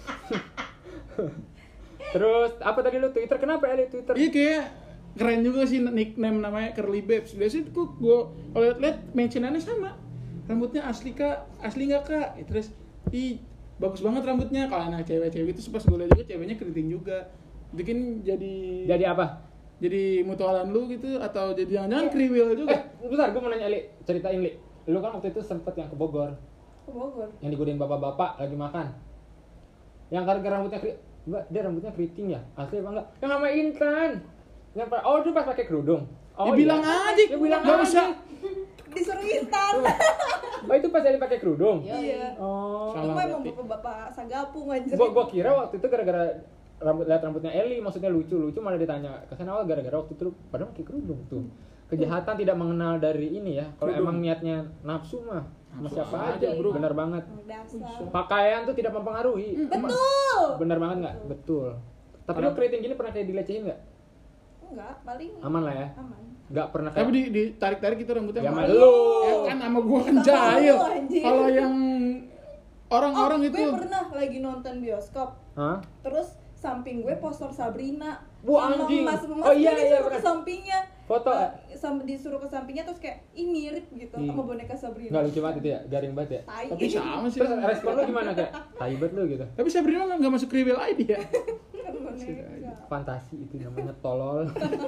[SPEAKER 1] Terus apa tadi lu Twitter kenapa Eli Twitter?
[SPEAKER 2] Iya kayak keren juga sih nickname namanya Curly Babes. Biasanya tuh gue kalau liat-liat mentionannya sama. Rambutnya asli kak, asli nggak kak? Ya, terus ih bagus banget rambutnya. Kalau anak cewek-cewek itu pas gue liat juga ceweknya keriting juga. Bikin jadi
[SPEAKER 1] Jadi apa?
[SPEAKER 2] jadi mutualan lu gitu atau jadi jangan-jangan
[SPEAKER 3] Iya.
[SPEAKER 2] kriwil juga.
[SPEAKER 1] Eh, bentar gue mau nanya Eli, ceritain Li. Lu kan waktu itu sempet yang ke Bogor,
[SPEAKER 3] Ke Bogor.
[SPEAKER 1] yang digodain bapak-bapak lagi makan. Yang gara-gara rambutnya keri... Mbak, dia rambutnya keriting ya? Asli apa enggak? Yang sama Intan. Yang pa- oh, itu pas pakai kerudung. Oh,
[SPEAKER 2] Ya bilang
[SPEAKER 1] iya.
[SPEAKER 2] aja,
[SPEAKER 1] Ya bilang
[SPEAKER 2] nggak
[SPEAKER 1] aja.
[SPEAKER 2] usah.
[SPEAKER 3] Disuruh instan.
[SPEAKER 1] Oh, itu pas Eli pakai kerudung.
[SPEAKER 3] Iya.
[SPEAKER 1] Oh.
[SPEAKER 3] Itu
[SPEAKER 2] Salah
[SPEAKER 3] mah emang
[SPEAKER 2] berarti.
[SPEAKER 3] bapak-bapak sagapung anjir.
[SPEAKER 1] Gua gua kira waktu itu gara-gara rambut lihat rambutnya Eli maksudnya lucu-lucu malah ditanya ke sana oh gara-gara waktu itu padahal pakai kerudung tuh. Kejahatan tidak mengenal dari ini ya. Kalau
[SPEAKER 2] Kerudung.
[SPEAKER 1] emang niatnya nafsu mah sama
[SPEAKER 2] Nafsu
[SPEAKER 1] siapa
[SPEAKER 2] aja,
[SPEAKER 1] aja,
[SPEAKER 2] bro.
[SPEAKER 1] benar banget.
[SPEAKER 3] Dasar.
[SPEAKER 1] Pakaian tuh tidak mempengaruhi.
[SPEAKER 3] Betul.
[SPEAKER 1] Benar banget nggak? Betul. Tapi lu keriting gini pernah kayak dilecehin nggak?
[SPEAKER 3] Enggak, paling
[SPEAKER 1] Aman lah ya.
[SPEAKER 3] aman.
[SPEAKER 1] Nggak pernah
[SPEAKER 2] Tapi
[SPEAKER 1] kayak
[SPEAKER 2] di ditarik-tarik itu rambutnya.
[SPEAKER 1] Ya,
[SPEAKER 2] sama
[SPEAKER 1] sama
[SPEAKER 2] lu.
[SPEAKER 1] lu.
[SPEAKER 2] Ya kan sama gua kan
[SPEAKER 3] Sama
[SPEAKER 2] jahil.
[SPEAKER 3] lu, anjing.
[SPEAKER 2] Kalau yang orang-orang
[SPEAKER 3] oh,
[SPEAKER 2] itu
[SPEAKER 3] gue pernah lagi nonton bioskop.
[SPEAKER 1] Hah?
[SPEAKER 3] Terus samping gue poster Sabrina.
[SPEAKER 1] Wah,
[SPEAKER 3] Sama
[SPEAKER 1] anjing.
[SPEAKER 3] emas-emas,
[SPEAKER 1] Oh, iya,
[SPEAKER 3] gue
[SPEAKER 1] iya,
[SPEAKER 3] disuruh ke
[SPEAKER 1] pernah.
[SPEAKER 3] sampingnya.
[SPEAKER 1] Foto,
[SPEAKER 3] Eh,
[SPEAKER 1] ya?
[SPEAKER 3] sam- disuruh ke sampingnya terus kayak ih mirip gitu
[SPEAKER 1] Ih.
[SPEAKER 3] sama boneka Sabrina.
[SPEAKER 1] Nggak lucu banget itu ya, garing banget ya.
[SPEAKER 3] Tai.
[SPEAKER 2] tapi sama sih.
[SPEAKER 1] Terus respon lu gimana kayak? Tai banget lu gitu.
[SPEAKER 2] Tapi Sabrina nggak nggak masuk kriwil I D ya.
[SPEAKER 3] Kan boneka.
[SPEAKER 1] Fantasi itu namanya tolol.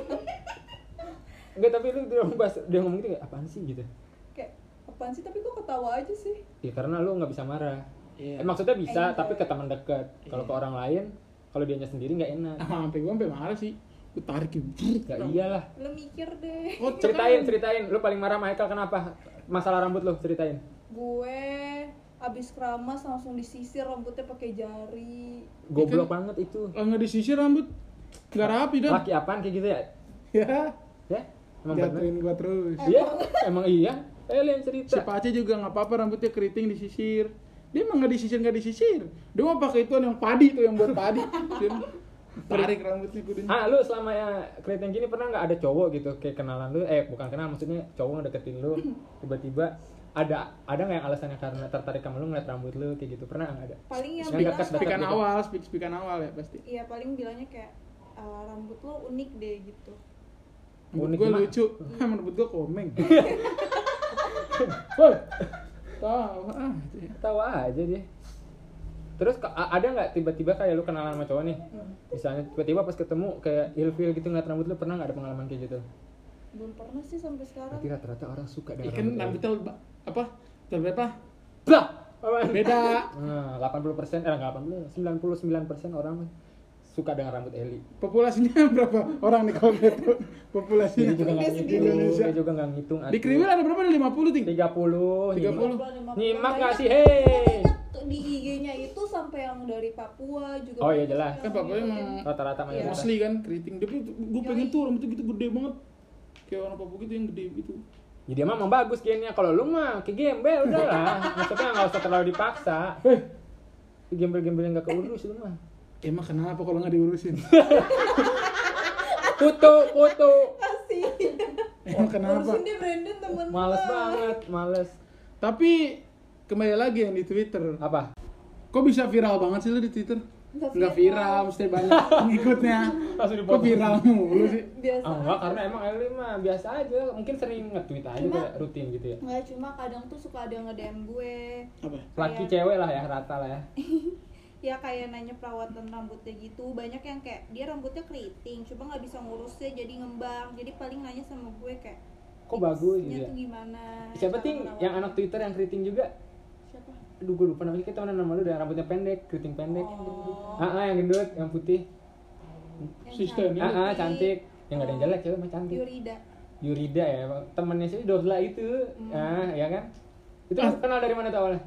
[SPEAKER 1] Enggak, tapi lu dia bahas dia ngomong gitu kayak apaan sih gitu.
[SPEAKER 3] Kayak apaan sih tapi kok ketawa aja sih.
[SPEAKER 1] Ya karena lu nggak bisa marah.
[SPEAKER 2] Iya.
[SPEAKER 1] Eh, maksudnya bisa,
[SPEAKER 3] Enjoy.
[SPEAKER 1] tapi ke teman dekat. Kalau ke orang lain, kalau dianya sendiri nggak enak.
[SPEAKER 2] Ah, sampai gua sampai marah sih. Gua tarik gitu.
[SPEAKER 1] Ya iyalah.
[SPEAKER 3] Lo mikir deh.
[SPEAKER 2] Oh,
[SPEAKER 1] Ceritain, ceritain. Lu paling marah Michael kenapa? Masalah rambut lu, ceritain.
[SPEAKER 3] Gue abis keramas langsung disisir rambutnya pakai jari.
[SPEAKER 1] Goblok
[SPEAKER 2] Ikan-
[SPEAKER 1] banget itu.
[SPEAKER 2] Kalau nggak disisir rambut nggak rapi dah.
[SPEAKER 1] Laki apaan kayak gitu ya?
[SPEAKER 2] Ya.
[SPEAKER 1] Ya? Emang bener?
[SPEAKER 2] Jatuhin gua terus.
[SPEAKER 1] Iya, emang iya. Eh, lu yang
[SPEAKER 2] Si
[SPEAKER 1] cerita.
[SPEAKER 2] Pace juga nggak apa-apa rambutnya keriting disisir. Dia emang nggak disisir nggak disisir. Dia mau pakai itu yang padi tuh yang buat padi. Dia tarik rambutnya kudunya.
[SPEAKER 1] Ah, lu selama ya keriting gini pernah nggak ada cowok gitu kayak kenalan lu? Eh, bukan kenal, maksudnya cowok ngedeketin lu tiba-tiba ada ada nggak yang alasannya karena tertarik sama lu ngeliat rambut lu kayak gitu? Pernah nggak ada?
[SPEAKER 3] Paling yang
[SPEAKER 1] Yang
[SPEAKER 3] bilang
[SPEAKER 1] dekat-dekat
[SPEAKER 2] Speakan
[SPEAKER 1] gitu.
[SPEAKER 2] awal, speak speakan awal ya pasti.
[SPEAKER 3] iya paling bilangnya kayak "Ah, rambut lo unik deh gitu."
[SPEAKER 2] Menurut
[SPEAKER 1] Unik
[SPEAKER 2] gue
[SPEAKER 1] gimana?
[SPEAKER 2] lucu. Menurut gue komeng.
[SPEAKER 1] Woi,
[SPEAKER 2] Tahu ah.
[SPEAKER 1] tawa aja dia. Terus ke- a- ada nggak tiba-tiba kayak lu kenalan sama cowok nih?
[SPEAKER 3] Hmm.
[SPEAKER 1] Misalnya tiba-tiba pas ketemu kayak ilfeel gitu ngeliat rambut lu, pernah nggak ada pengalaman kayak gitu?
[SPEAKER 3] Belum pernah sih sampai sekarang.
[SPEAKER 1] Berarti rata-rata orang suka dengan
[SPEAKER 2] Ikan
[SPEAKER 1] rambut.
[SPEAKER 2] rambutnya ba- apa? Tahun berapa?
[SPEAKER 1] Blah! Apaan?
[SPEAKER 2] Beda.
[SPEAKER 1] Nah, delapan puluh persen, eh nggak delapan puluh, sembilan puluh sembilan persen orang suka dengan rambut Eli.
[SPEAKER 2] Populasinya berapa orang nih kalau gitu? Populasinya
[SPEAKER 1] Dia juga nggak
[SPEAKER 3] Dia
[SPEAKER 1] ngitung,
[SPEAKER 3] sendiri.
[SPEAKER 2] Indonesia.
[SPEAKER 1] dia juga nggak ngitung.
[SPEAKER 2] Di Kriwil ada berapa? Ada lima puluh ting.
[SPEAKER 1] tiga puluh.
[SPEAKER 2] tiga puluh.
[SPEAKER 1] Nyimak nggak
[SPEAKER 3] Banyak-
[SPEAKER 1] sih? Hei.
[SPEAKER 3] banyak tuh di I G-nya itu sampai yang dari Papua juga.
[SPEAKER 1] Oh iya,
[SPEAKER 3] banyak
[SPEAKER 1] jelas.
[SPEAKER 3] yang
[SPEAKER 2] Kan Papua
[SPEAKER 3] ngikutin.
[SPEAKER 2] emang
[SPEAKER 1] Rata-rata
[SPEAKER 3] Iya.
[SPEAKER 1] mayoritas.
[SPEAKER 2] Mostly kan keriting. Tapi gue pengen
[SPEAKER 3] Yoi.
[SPEAKER 2] tuh rambutnya gitu gede banget. Kayak orang Papua gitu yang gede gitu.
[SPEAKER 1] Ya, dia mah emang bagus gennya. Kalau lu mah ke gembel udah lah. Maksudnya nggak usah terlalu dipaksa.
[SPEAKER 2] Eh,
[SPEAKER 1] Gembel-gembel yang nggak keurus lu mah.
[SPEAKER 2] emang kenapa kalau nggak diurusin?
[SPEAKER 1] Foto, foto.
[SPEAKER 3] Kasih.
[SPEAKER 2] Emang kenapa?
[SPEAKER 3] Urusin dia Brandon temen
[SPEAKER 1] Males
[SPEAKER 3] gua.
[SPEAKER 1] banget, males.
[SPEAKER 2] Tapi kembali lagi yang di Twitter.
[SPEAKER 1] Apa?
[SPEAKER 2] Kok bisa viral banget sih lu di Twitter?
[SPEAKER 3] Nggak
[SPEAKER 2] Nggak
[SPEAKER 3] viral.
[SPEAKER 2] viral, mesti banyak pengikutnya.
[SPEAKER 1] Langsung
[SPEAKER 2] Kok
[SPEAKER 1] dipotong.
[SPEAKER 2] viral mulu sih?
[SPEAKER 3] Biasa.
[SPEAKER 1] Ah, enggak,
[SPEAKER 3] aja.
[SPEAKER 1] karena emang Eli mah biasa aja. Mungkin sering nge-tweet aja
[SPEAKER 3] Cuma-
[SPEAKER 1] kayak rutin gitu ya.
[SPEAKER 3] Nggak, cuma kadang tuh suka ada nge-D M gue.
[SPEAKER 2] Apa?
[SPEAKER 1] Laki
[SPEAKER 3] Kayak-
[SPEAKER 1] cewek lah ya, rata lah ya.
[SPEAKER 3] Ya kayak nanya perawatan rambutnya gitu. Banyak yang kayak dia rambutnya keriting, cuma nggak bisa ngurusnya jadi ngembang. Jadi paling nanya sama gue kayak,
[SPEAKER 1] Kok bagus
[SPEAKER 3] tipsnya
[SPEAKER 1] gitu ya?
[SPEAKER 3] tuh gimana?
[SPEAKER 1] Siapa
[SPEAKER 3] cara
[SPEAKER 1] ting
[SPEAKER 3] merawat-
[SPEAKER 1] yang anak Twitter yang keriting juga?
[SPEAKER 3] Siapa?
[SPEAKER 1] Aduh, gue lupa namanya. Kita temenan sama lu dan rambutnya pendek, keriting pendek.
[SPEAKER 3] Oh.
[SPEAKER 1] Ah, ah, yang gendut, yang putih.
[SPEAKER 3] Yang
[SPEAKER 2] Sistem.
[SPEAKER 3] cantik.
[SPEAKER 1] Ah, ah, cantik. Yang nggak ada yang jelek, cewek mah cantik.
[SPEAKER 3] Yurida.
[SPEAKER 1] Yurida ya, temennya sih Dovla itu.
[SPEAKER 3] Hmm.
[SPEAKER 1] Ah, ya kan? Itu
[SPEAKER 2] Ah.
[SPEAKER 1] kenal dari mana tuh awalnya?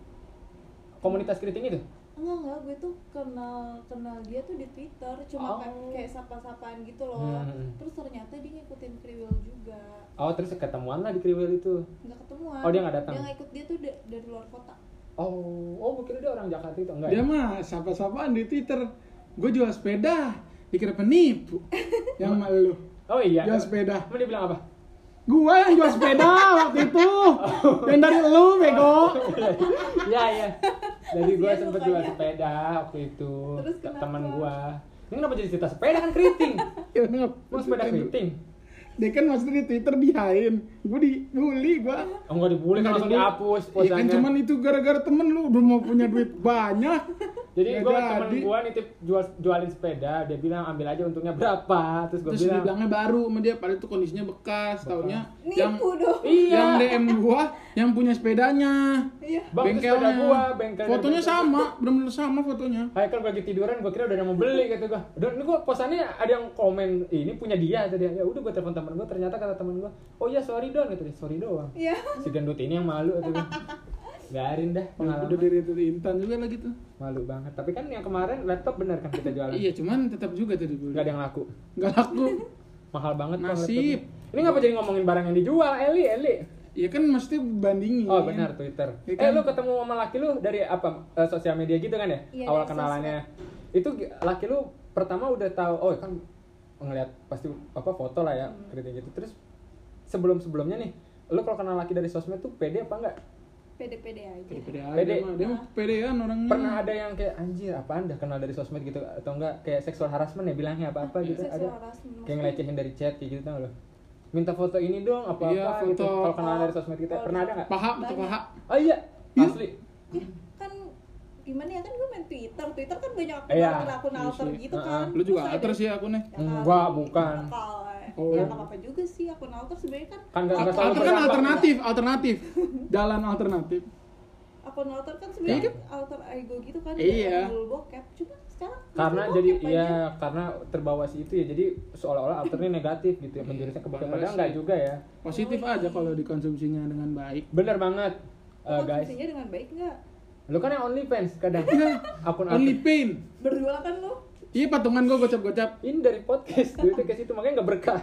[SPEAKER 1] Komunitas keriting itu?
[SPEAKER 3] Enggak, enggak, gue tuh kenal kenal dia tuh di Twitter, cuma
[SPEAKER 1] Oh.
[SPEAKER 3] kayak, kayak sapa-sapaan gitu loh.
[SPEAKER 1] Hmm.
[SPEAKER 3] Terus ternyata dia ngikutin Kriwil juga.
[SPEAKER 1] Oh, terus ketemuan lah di Kriwil itu.
[SPEAKER 3] Nggak ketemuan.
[SPEAKER 1] Oh, dia nggak datang?
[SPEAKER 3] Dia nggak ikut, dia tuh da- dari luar kota.
[SPEAKER 1] Oh, oh, gue kira dia orang Jakarta itu enggak
[SPEAKER 2] Dia
[SPEAKER 1] ya?
[SPEAKER 2] mah sapa-sapaan di Twitter. Gue jual sepeda, dikira penipu. Yang malu.
[SPEAKER 1] Oh iya.
[SPEAKER 2] Jual sepeda.
[SPEAKER 1] Emang dia bilang apa?
[SPEAKER 2] Gua yang jual sepeda waktu itu. Yang dari lu, bego.
[SPEAKER 1] Iya, iya. Jadi gue
[SPEAKER 3] Kasian
[SPEAKER 1] sempet
[SPEAKER 3] mukanya.
[SPEAKER 1] jual sepeda waktu itu.
[SPEAKER 3] Terus
[SPEAKER 1] T-
[SPEAKER 3] kenapa?
[SPEAKER 1] Teman gue. Ini kenapa jadi cerita sepeda kan keriting?
[SPEAKER 2] Ya, ngap.
[SPEAKER 1] Mau sepeda keriting?
[SPEAKER 2] Dia kan maksudnya di Twitter dihain. Gue dibully, gua.
[SPEAKER 1] Oh, enggak dibully kan langsung
[SPEAKER 2] Nggak
[SPEAKER 1] dihapus
[SPEAKER 2] Iya kan
[SPEAKER 1] posannya.
[SPEAKER 2] cuman itu gara-gara temen lu udah mau punya duit banyak.
[SPEAKER 1] Jadi
[SPEAKER 2] Nggak
[SPEAKER 1] gue
[SPEAKER 2] jadi.
[SPEAKER 1] temen gue nitip jual jualin sepeda, dia bilang ambil aja untungnya berapa, terus gue
[SPEAKER 2] Terus
[SPEAKER 1] bilang
[SPEAKER 2] dibilangnya baru sama dia, padahal itu kondisinya bekas, taunya yang
[SPEAKER 3] Nipu dong.
[SPEAKER 1] iya.
[SPEAKER 2] yang D M gua yang punya sepedanya.
[SPEAKER 3] Iya.
[SPEAKER 1] Bang, itu sepeda gua, bengkel.
[SPEAKER 2] Fotonya sama, benar-benar sama fotonya.
[SPEAKER 1] Hai kan lagi tiduran, gue kira udah ada mau beli kata gue. Dan ini gue posannya ada yang komen ini punya dia tadi. Ya udah gue telepon teman gue, ternyata kata teman gue, oh ya sorry don, gitu sorry doang.
[SPEAKER 3] Iya.
[SPEAKER 1] Si gendut ini yang malu kata gue. Biarin dah
[SPEAKER 2] Udah
[SPEAKER 1] pengalaman.
[SPEAKER 2] dari itu Intan juga lagi tuh.
[SPEAKER 1] Malu banget. Tapi kan yang kemarin laptop bener kan kita jualan.
[SPEAKER 2] Iya, cuman tetap juga tadi dulu.
[SPEAKER 1] Gak ada yang laku.
[SPEAKER 2] Nggak laku.
[SPEAKER 1] Mahal banget kok
[SPEAKER 2] Nasib.
[SPEAKER 1] laptopnya. Ini ngapa jadi ngomongin barang yang dijual, Eli, Eli?
[SPEAKER 2] Iya kan mesti bandingin.
[SPEAKER 1] Oh benar, Twitter.
[SPEAKER 2] Iya
[SPEAKER 1] Eh
[SPEAKER 2] kan?
[SPEAKER 1] lu ketemu sama laki lu dari apa? Eh, sosial media gitu kan ya?
[SPEAKER 3] Iya,
[SPEAKER 1] Awal
[SPEAKER 3] dari
[SPEAKER 1] kenalannya. Itu gi- laki lu pertama udah tahu, oh kan ngelihat pasti apa foto lah ya,
[SPEAKER 3] Hmm.
[SPEAKER 1] kritik gitu. Terus sebelum-sebelumnya nih, lu kalau kenal laki dari sosmed tuh pede apa enggak?
[SPEAKER 3] Pede-pede aja.
[SPEAKER 2] Pede aja
[SPEAKER 1] Pede.
[SPEAKER 2] mah. Dia mah pedean orangnya.
[SPEAKER 1] Pernah ada yang kayak anjir apaan dah kenal dari sosmed gitu atau enggak kayak seksual harassment ya bilangnya apa-apa gitu
[SPEAKER 3] Seksual
[SPEAKER 1] ada.
[SPEAKER 3] harassment.
[SPEAKER 1] Kayak ngelecehin dari chat kayak gitu tau lo. Minta foto ini dong apa-apa
[SPEAKER 2] Iya,
[SPEAKER 1] gitu
[SPEAKER 2] foto.
[SPEAKER 1] kalau kenal dari sosmed kita. Pernah ada enggak?
[SPEAKER 2] paha untuk
[SPEAKER 3] Banyak.
[SPEAKER 2] paha.
[SPEAKER 1] Oh iya,
[SPEAKER 2] Iya.
[SPEAKER 1] asli.
[SPEAKER 3] Ya, kan gimana ya kan gue main Twitter. Twitter kan banyak
[SPEAKER 1] Iya.
[SPEAKER 3] akun-akun alter
[SPEAKER 2] Iya sih.
[SPEAKER 3] gitu kan.
[SPEAKER 2] Lu juga
[SPEAKER 3] Terus
[SPEAKER 2] alter
[SPEAKER 3] ada-
[SPEAKER 2] sih akunnya.
[SPEAKER 3] Ya kan?
[SPEAKER 1] Enggak, bukan.
[SPEAKER 3] Nakal, eh.
[SPEAKER 2] Oh.
[SPEAKER 3] Ya nggak apa-apa juga sih akun alter sebenarnya kan.
[SPEAKER 1] Kan enggak enggak selalu
[SPEAKER 2] Alter kan
[SPEAKER 1] berdampak.
[SPEAKER 2] alternatif, alternatif. Jalan alternatif.
[SPEAKER 3] Akun alter kan sebenarnya alter ego gitu kan.
[SPEAKER 2] Iya.
[SPEAKER 3] Judul bokep. Cuma sekarang
[SPEAKER 1] Karena
[SPEAKER 3] judul
[SPEAKER 1] jadi
[SPEAKER 3] bokep
[SPEAKER 1] ya
[SPEAKER 3] aja.
[SPEAKER 1] karena terbawa si itu ya jadi seolah-olah alternya negatif gitu ya menjurusnya ke bokep padahal enggak juga ya.
[SPEAKER 2] Positif
[SPEAKER 3] Oh,
[SPEAKER 2] aja
[SPEAKER 3] iya.
[SPEAKER 2] kalau dikonsumsinya dengan baik.
[SPEAKER 1] Bener banget. Eh, guys,
[SPEAKER 3] Konsumsinya dengan baik nggak?
[SPEAKER 1] lu kan yang OnlyFans kadang akun
[SPEAKER 2] Only
[SPEAKER 1] alter.
[SPEAKER 2] pain.
[SPEAKER 3] Berdua kan lu?
[SPEAKER 2] Iya patungan gua gocap-gocap.
[SPEAKER 1] Ini dari podcast duitnya ke situ makanya nggak berkah.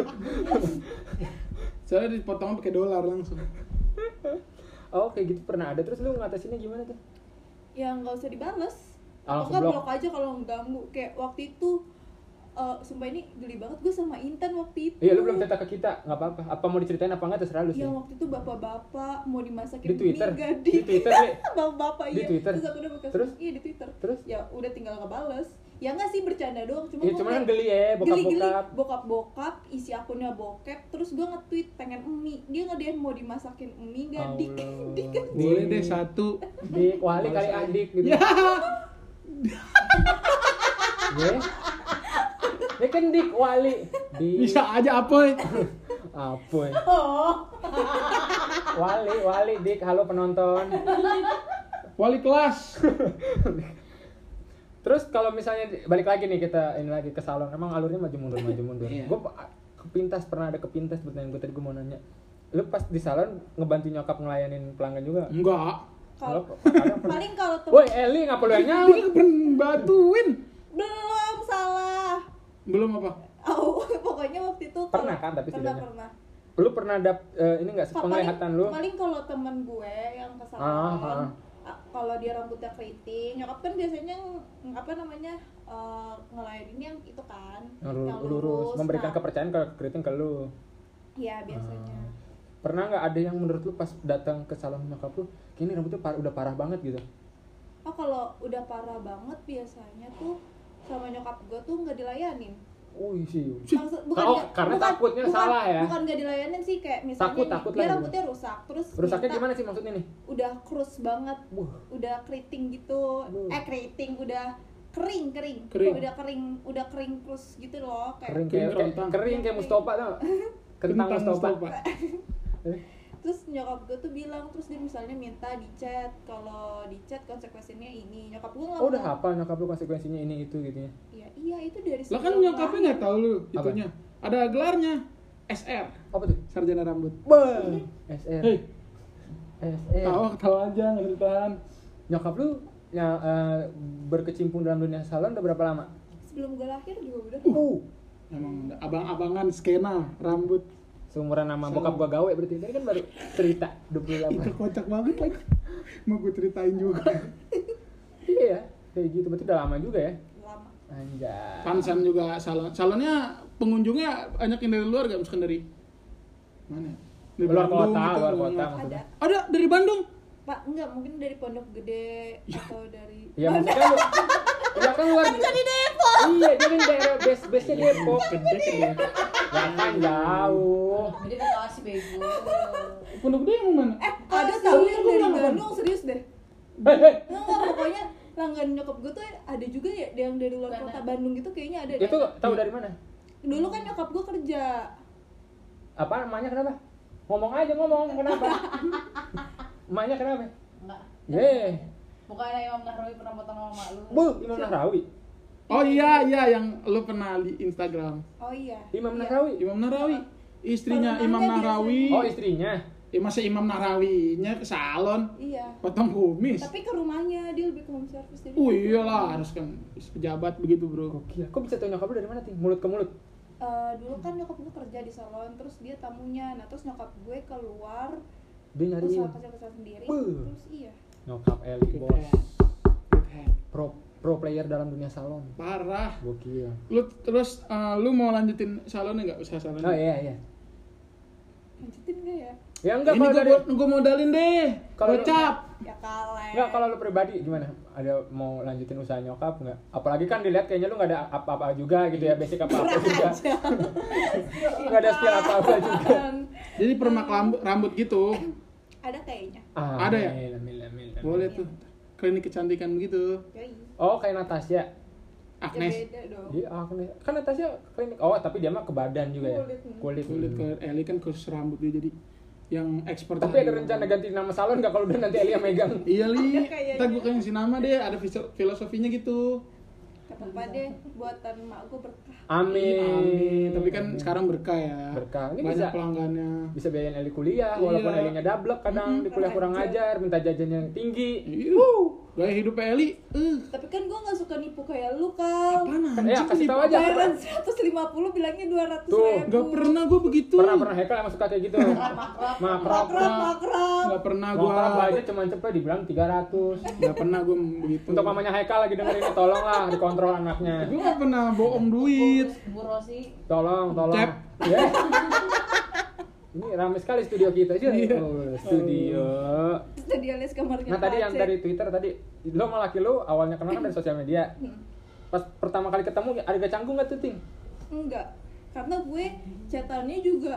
[SPEAKER 2] Soalnya dipotong pakai dolar langsung.
[SPEAKER 1] Oh kayak gitu pernah ada terus lu ngatasinnya gimana tuh?
[SPEAKER 3] Ya nggak usah dibales.
[SPEAKER 1] Ah,
[SPEAKER 3] Atau
[SPEAKER 1] langsung
[SPEAKER 3] nggak
[SPEAKER 1] blok.
[SPEAKER 3] blok aja kalau mengganggu. Kayak waktu itu eh, sumpah ini geli banget gue sama Intan waktu itu.
[SPEAKER 1] Iya lu belum cerita ke kita nggak apa-apa. Apa mau diceritain apa nggak terserah lu sih.
[SPEAKER 3] Yang waktu itu bapak-bapak mau dimasakin
[SPEAKER 1] Di Twitter?
[SPEAKER 3] mie gading.
[SPEAKER 1] Di Twitter, Li?
[SPEAKER 3] Bapak-bapak
[SPEAKER 1] Di
[SPEAKER 3] iya.
[SPEAKER 1] Twitter?
[SPEAKER 3] Terus aku udah bekas.
[SPEAKER 1] Terus?
[SPEAKER 3] Iya di Twitter.
[SPEAKER 1] Terus?
[SPEAKER 3] Ya udah tinggal ngebales. Ya nggak sih, bercanda doang, cuma
[SPEAKER 1] Iya,
[SPEAKER 3] gua
[SPEAKER 1] cuman kan
[SPEAKER 3] kayak
[SPEAKER 1] geli ya,
[SPEAKER 3] geli-geli,
[SPEAKER 1] bokap-bokap.
[SPEAKER 3] bokap-bokap isi akunnya bokep, terus gue nge-tweet pengen mie, dia nge-D M mau dimasakin mie nggak, dik
[SPEAKER 1] Allah.
[SPEAKER 3] dik kan
[SPEAKER 2] Boleh deh satu.
[SPEAKER 1] Dik, wali kali adik gitu.
[SPEAKER 2] Ya.
[SPEAKER 1] Ya. Ya kan dik wali. Dik.
[SPEAKER 2] Bisa aja apa?
[SPEAKER 1] Apa ya?
[SPEAKER 3] oh
[SPEAKER 1] Wali, wali dik, halo penonton.
[SPEAKER 2] Wali kelas.
[SPEAKER 1] Terus kalau misalnya balik lagi nih kita ini lagi ke salon, emang alurnya maju mundur maju mundur.
[SPEAKER 2] Iya.
[SPEAKER 1] Gue kepintas pernah ada kepintas pertanyaan gue tadi gue mau nanya. Lu pas di salon ngebantu nyokap ngelayanin pelanggan juga?
[SPEAKER 2] Enggak.
[SPEAKER 3] kalau
[SPEAKER 1] Kalau
[SPEAKER 3] paling kalau
[SPEAKER 1] Woi
[SPEAKER 3] temen
[SPEAKER 1] Eli ngapa lu yang
[SPEAKER 2] Dia
[SPEAKER 1] nyaut?
[SPEAKER 2] nggak pernah bantuin.
[SPEAKER 3] belum salah.
[SPEAKER 2] Belum apa?
[SPEAKER 3] Oh, pokoknya waktu itu kalau-
[SPEAKER 1] Pernah kan, tapi
[SPEAKER 3] pernah
[SPEAKER 1] setidaknya.
[SPEAKER 3] pernah.
[SPEAKER 1] Lu pernah dap eh, ini enggak
[SPEAKER 3] Paling-
[SPEAKER 1] penglihatan lu?
[SPEAKER 3] Paling kalau temen gue yang ke salon,
[SPEAKER 1] Ah, ah.
[SPEAKER 3] a- kalau dia rambutnya keriting, nyokap kan biasanya ng- apa namanya eh, ngelayanin yang itu kan,
[SPEAKER 1] Yang lu- lurus, memberikan
[SPEAKER 3] Nah,
[SPEAKER 1] kepercayaan ke keriting ke lu.
[SPEAKER 3] Iya biasanya.
[SPEAKER 1] Ah. Pernah nggak ada yang menurut lu pas datang ke salon nyokap lu, kini rambutnya par- udah parah banget gitu?
[SPEAKER 3] Oh kalau udah parah banget biasanya tuh sama nyokap gue tuh nggak dilayanin.
[SPEAKER 1] Oh sih.
[SPEAKER 3] Maksud, bukan
[SPEAKER 1] Oh,
[SPEAKER 3] nggak-
[SPEAKER 1] karena
[SPEAKER 3] bukan-
[SPEAKER 1] takutnya
[SPEAKER 3] bukan-
[SPEAKER 1] salah ya?
[SPEAKER 3] Bukan nggak dilayanin sih, kayak misalnya
[SPEAKER 1] Takut,
[SPEAKER 3] nih,
[SPEAKER 1] takut
[SPEAKER 3] dia
[SPEAKER 1] lah gitu.
[SPEAKER 3] rambutnya rusak, terus
[SPEAKER 1] Rusaknya
[SPEAKER 3] minta-
[SPEAKER 1] gimana sih maksudnya nih?
[SPEAKER 3] udah krus banget,
[SPEAKER 1] Wah.
[SPEAKER 3] udah keriting gitu,
[SPEAKER 1] Aduh.
[SPEAKER 3] eh keriting udah kering kering,
[SPEAKER 2] Kering.
[SPEAKER 3] udah kering udah kering krus gitu loh, kayak
[SPEAKER 1] Kering kayak, kayak
[SPEAKER 2] kerontang.
[SPEAKER 1] kering kayak Mustafa tau nggak? Kentang Mustafa.
[SPEAKER 3] terus nyokap gue tuh bilang, terus dia misalnya minta dicat, kalau dicat konsekuensinya ini, nyokap gue nggak
[SPEAKER 1] Oh udah
[SPEAKER 3] mau.
[SPEAKER 1] hafal nyokap lu konsekuensinya ini itu gitu ya?
[SPEAKER 3] Iya iya itu dari
[SPEAKER 2] Lah kan
[SPEAKER 3] sebelum
[SPEAKER 2] nyokapnya
[SPEAKER 3] lahir.
[SPEAKER 2] nggak tahu lu
[SPEAKER 1] Apa?
[SPEAKER 2] itunya. Ada gelarnya S R,
[SPEAKER 1] Apa tuh?
[SPEAKER 2] sarjana rambut.
[SPEAKER 1] Bang. S R.
[SPEAKER 2] Hei,
[SPEAKER 1] S R.
[SPEAKER 2] tahu tahu aja nggak usah ditahan.
[SPEAKER 1] Nyokap lu yang eh, berkecimpung dalam dunia salon udah berapa lama?
[SPEAKER 3] Sebelum gue lahir juga udah.
[SPEAKER 1] Uh.
[SPEAKER 2] Emang abang-abangan skena rambut.
[SPEAKER 1] Seumuran nama
[SPEAKER 2] Salon.
[SPEAKER 1] bokap gua gawe berarti tadi kan baru cerita dua puluh delapan.
[SPEAKER 2] Itu kocak banget lagi. Mau gue ceritain juga.
[SPEAKER 1] Iya ya, kayak gitu berarti udah lama juga ya.
[SPEAKER 3] Lama.
[SPEAKER 1] Anjay.
[SPEAKER 2] Pansan juga salon. Salonnya pengunjungnya banyak yang dari luar gak? Misalkan dari mana? Dari
[SPEAKER 1] Luar
[SPEAKER 2] Bandung
[SPEAKER 1] kota,
[SPEAKER 2] gitu,
[SPEAKER 1] luar
[SPEAKER 2] nggak-
[SPEAKER 1] kota
[SPEAKER 2] nggak-
[SPEAKER 1] maksudnya.
[SPEAKER 3] Ada.
[SPEAKER 2] Ada dari Bandung.
[SPEAKER 3] Pak, enggak, mungkin dari Pondok Gede atau dari
[SPEAKER 1] Ya maksudnya lu ya kan luar
[SPEAKER 3] Kan di Depok.
[SPEAKER 1] iya dia kan daerah base base nya Depok gede gede ya kan jauh.
[SPEAKER 4] Jadi Bekasi bego.
[SPEAKER 2] Pondok Gede yang mana?
[SPEAKER 3] Eh, ada tahu yang
[SPEAKER 2] Gua
[SPEAKER 3] dari
[SPEAKER 2] bilang apa?
[SPEAKER 3] Bandung, serius deh.
[SPEAKER 1] Hei hei
[SPEAKER 3] Enggak, pokoknya langgan nyokap gue tuh ada juga ya yang dari luar
[SPEAKER 4] Bukan,
[SPEAKER 3] kota
[SPEAKER 4] ya?
[SPEAKER 3] Bandung gitu kayaknya ada deh.
[SPEAKER 1] itu tahu dari mana?
[SPEAKER 3] Dulu kan nyokap gue kerja.
[SPEAKER 1] Apa namanya kenapa? Ngomong aja ngomong kenapa? Emaknya kenapa?
[SPEAKER 4] Enggak.
[SPEAKER 1] Ye,
[SPEAKER 4] Bukannya Imam Nahrawi pernah potong sama lu?
[SPEAKER 1] bu Imam Nahrawi.
[SPEAKER 2] Oh iya iya yang lu pernah di Instagram.
[SPEAKER 3] Oh iya.
[SPEAKER 1] Imam
[SPEAKER 3] Iya.
[SPEAKER 1] Nahrawi.
[SPEAKER 2] Imam Nahrawi. Istrinya
[SPEAKER 3] Pernahnya
[SPEAKER 2] Imam Nahrawi.
[SPEAKER 1] Oh istrinya.
[SPEAKER 2] Ya masa Imam Nahrawinya ke salon
[SPEAKER 3] Iya.
[SPEAKER 2] potong kumis.
[SPEAKER 3] Tapi ke rumahnya dia lebih ke home service jadi.
[SPEAKER 2] Oh iyalah harus kan pejabat begitu bro.
[SPEAKER 1] Gokil. Kok bisa tahu nyokap lu dari mana ting? Mulut ke mulut.
[SPEAKER 3] Eh, dulu kan nyokap gue kerja di salon, terus dia tamunya. Nah, terus nyokap gue keluar
[SPEAKER 1] Dia nyariin.
[SPEAKER 3] usaha kecil-kecil sendiri.
[SPEAKER 1] Buh.
[SPEAKER 3] Terus iya.
[SPEAKER 1] Nyokap Eli
[SPEAKER 2] Good
[SPEAKER 1] bos.
[SPEAKER 2] head. Good head.
[SPEAKER 1] Pro pro player dalam dunia salon.
[SPEAKER 2] Parah.
[SPEAKER 1] Gokil.
[SPEAKER 2] Lu terus eh, lu mau lanjutin salonnya nggak usaha salonnya?
[SPEAKER 1] Oh iya iya.
[SPEAKER 3] Lanjutin gak ya?
[SPEAKER 1] Ya enggak
[SPEAKER 2] Ini
[SPEAKER 1] kalau
[SPEAKER 2] gua,
[SPEAKER 1] dari
[SPEAKER 2] gua, gua modalin deh.
[SPEAKER 1] Kalau lu-
[SPEAKER 2] Gocap.
[SPEAKER 3] Ya kale.
[SPEAKER 1] enggak kalau lu pribadi gimana? Ada mau lanjutin usaha nyokap enggak? Apalagi kan dilihat kayaknya lu enggak ada apa-apa juga gitu ya, basic apa-apa juga. Enggak ada skill apa-apa juga.
[SPEAKER 2] Jadi permak rambut, rambut gitu.
[SPEAKER 3] Ada kayaknya.
[SPEAKER 1] Ah,
[SPEAKER 2] Ada ya?
[SPEAKER 1] amin, amin, amin, amin.
[SPEAKER 2] Boleh tuh. Klinik kecantikan begitu.
[SPEAKER 3] Yoi.
[SPEAKER 1] Oh, kayak Natasha.
[SPEAKER 3] Ya
[SPEAKER 2] Agnes.
[SPEAKER 3] beda dong.
[SPEAKER 1] Iya, aku nih. Kan Natasha klinik. Oh, tapi dia mah ke badan juga ya.
[SPEAKER 3] Kulit.
[SPEAKER 1] Kulit.
[SPEAKER 2] Kulit
[SPEAKER 1] Hmm.
[SPEAKER 2] ke Eli kan khusus rambut dia jadi yang expert.
[SPEAKER 1] Tapi ada rencana ganti nama salon enggak kalau udah nanti Elia megang?
[SPEAKER 2] Iya li,
[SPEAKER 3] Ada kayaknya.
[SPEAKER 2] kita gue kasih nama deh, ada fiso- filosofinya gitu.
[SPEAKER 3] Kata Pak deh, buatan mak gue berkah.
[SPEAKER 1] Amin.
[SPEAKER 2] Amin. Tapi kan sekarang berkah ya.
[SPEAKER 1] Berkah. Ini
[SPEAKER 2] Banyak
[SPEAKER 1] bisa-
[SPEAKER 2] pelanggannya.
[SPEAKER 1] Bisa biayain Eli kuliah
[SPEAKER 2] Iya.
[SPEAKER 1] walaupun Elinya dablek kadang di kuliah kurang ajar, minta jajannya tinggi.
[SPEAKER 2] Iya. Gaya hidup Eli. Eh,
[SPEAKER 3] Tapi kan gue gak suka nipu kayak lu, Kal.
[SPEAKER 2] apaan
[SPEAKER 1] Ya,
[SPEAKER 2] anjing
[SPEAKER 1] kasih
[SPEAKER 2] nih?
[SPEAKER 1] tahu aja.
[SPEAKER 3] Bayaran seratus lima puluh bilangnya dua ratus
[SPEAKER 1] Tuh,
[SPEAKER 3] ribu.
[SPEAKER 2] Gak pernah gue begitu.
[SPEAKER 1] Pernah pernah Hekal emang suka kayak gitu. Makrab.
[SPEAKER 3] Makrab, makrab.
[SPEAKER 2] Gak pernah gue.
[SPEAKER 1] Makrab aja cuma cepet dibilang tiga ratus.
[SPEAKER 2] Gak pernah gue begitu.
[SPEAKER 1] Untuk mamanya Hekal lagi denger ini tolonglah dikontrol anaknya.
[SPEAKER 2] Gue gak pernah bohong duit.
[SPEAKER 4] Bu Rosi.
[SPEAKER 1] Tolong, tolong.
[SPEAKER 2] Cep.
[SPEAKER 1] Ya. Ini ramai sekali studio kita sih.
[SPEAKER 2] Iya.
[SPEAKER 1] Oh, studio.
[SPEAKER 3] Studio les kamarnya.
[SPEAKER 1] Nah tadi yang
[SPEAKER 3] Pak
[SPEAKER 1] dari
[SPEAKER 3] Aceh.
[SPEAKER 1] Twitter tadi, lo sama laki lo awalnya kenal kan dari sosial media.
[SPEAKER 3] Hmm.
[SPEAKER 1] Pas pertama kali ketemu agak canggung nggak tuh Ting?
[SPEAKER 3] Enggak, karena gue chatannya juga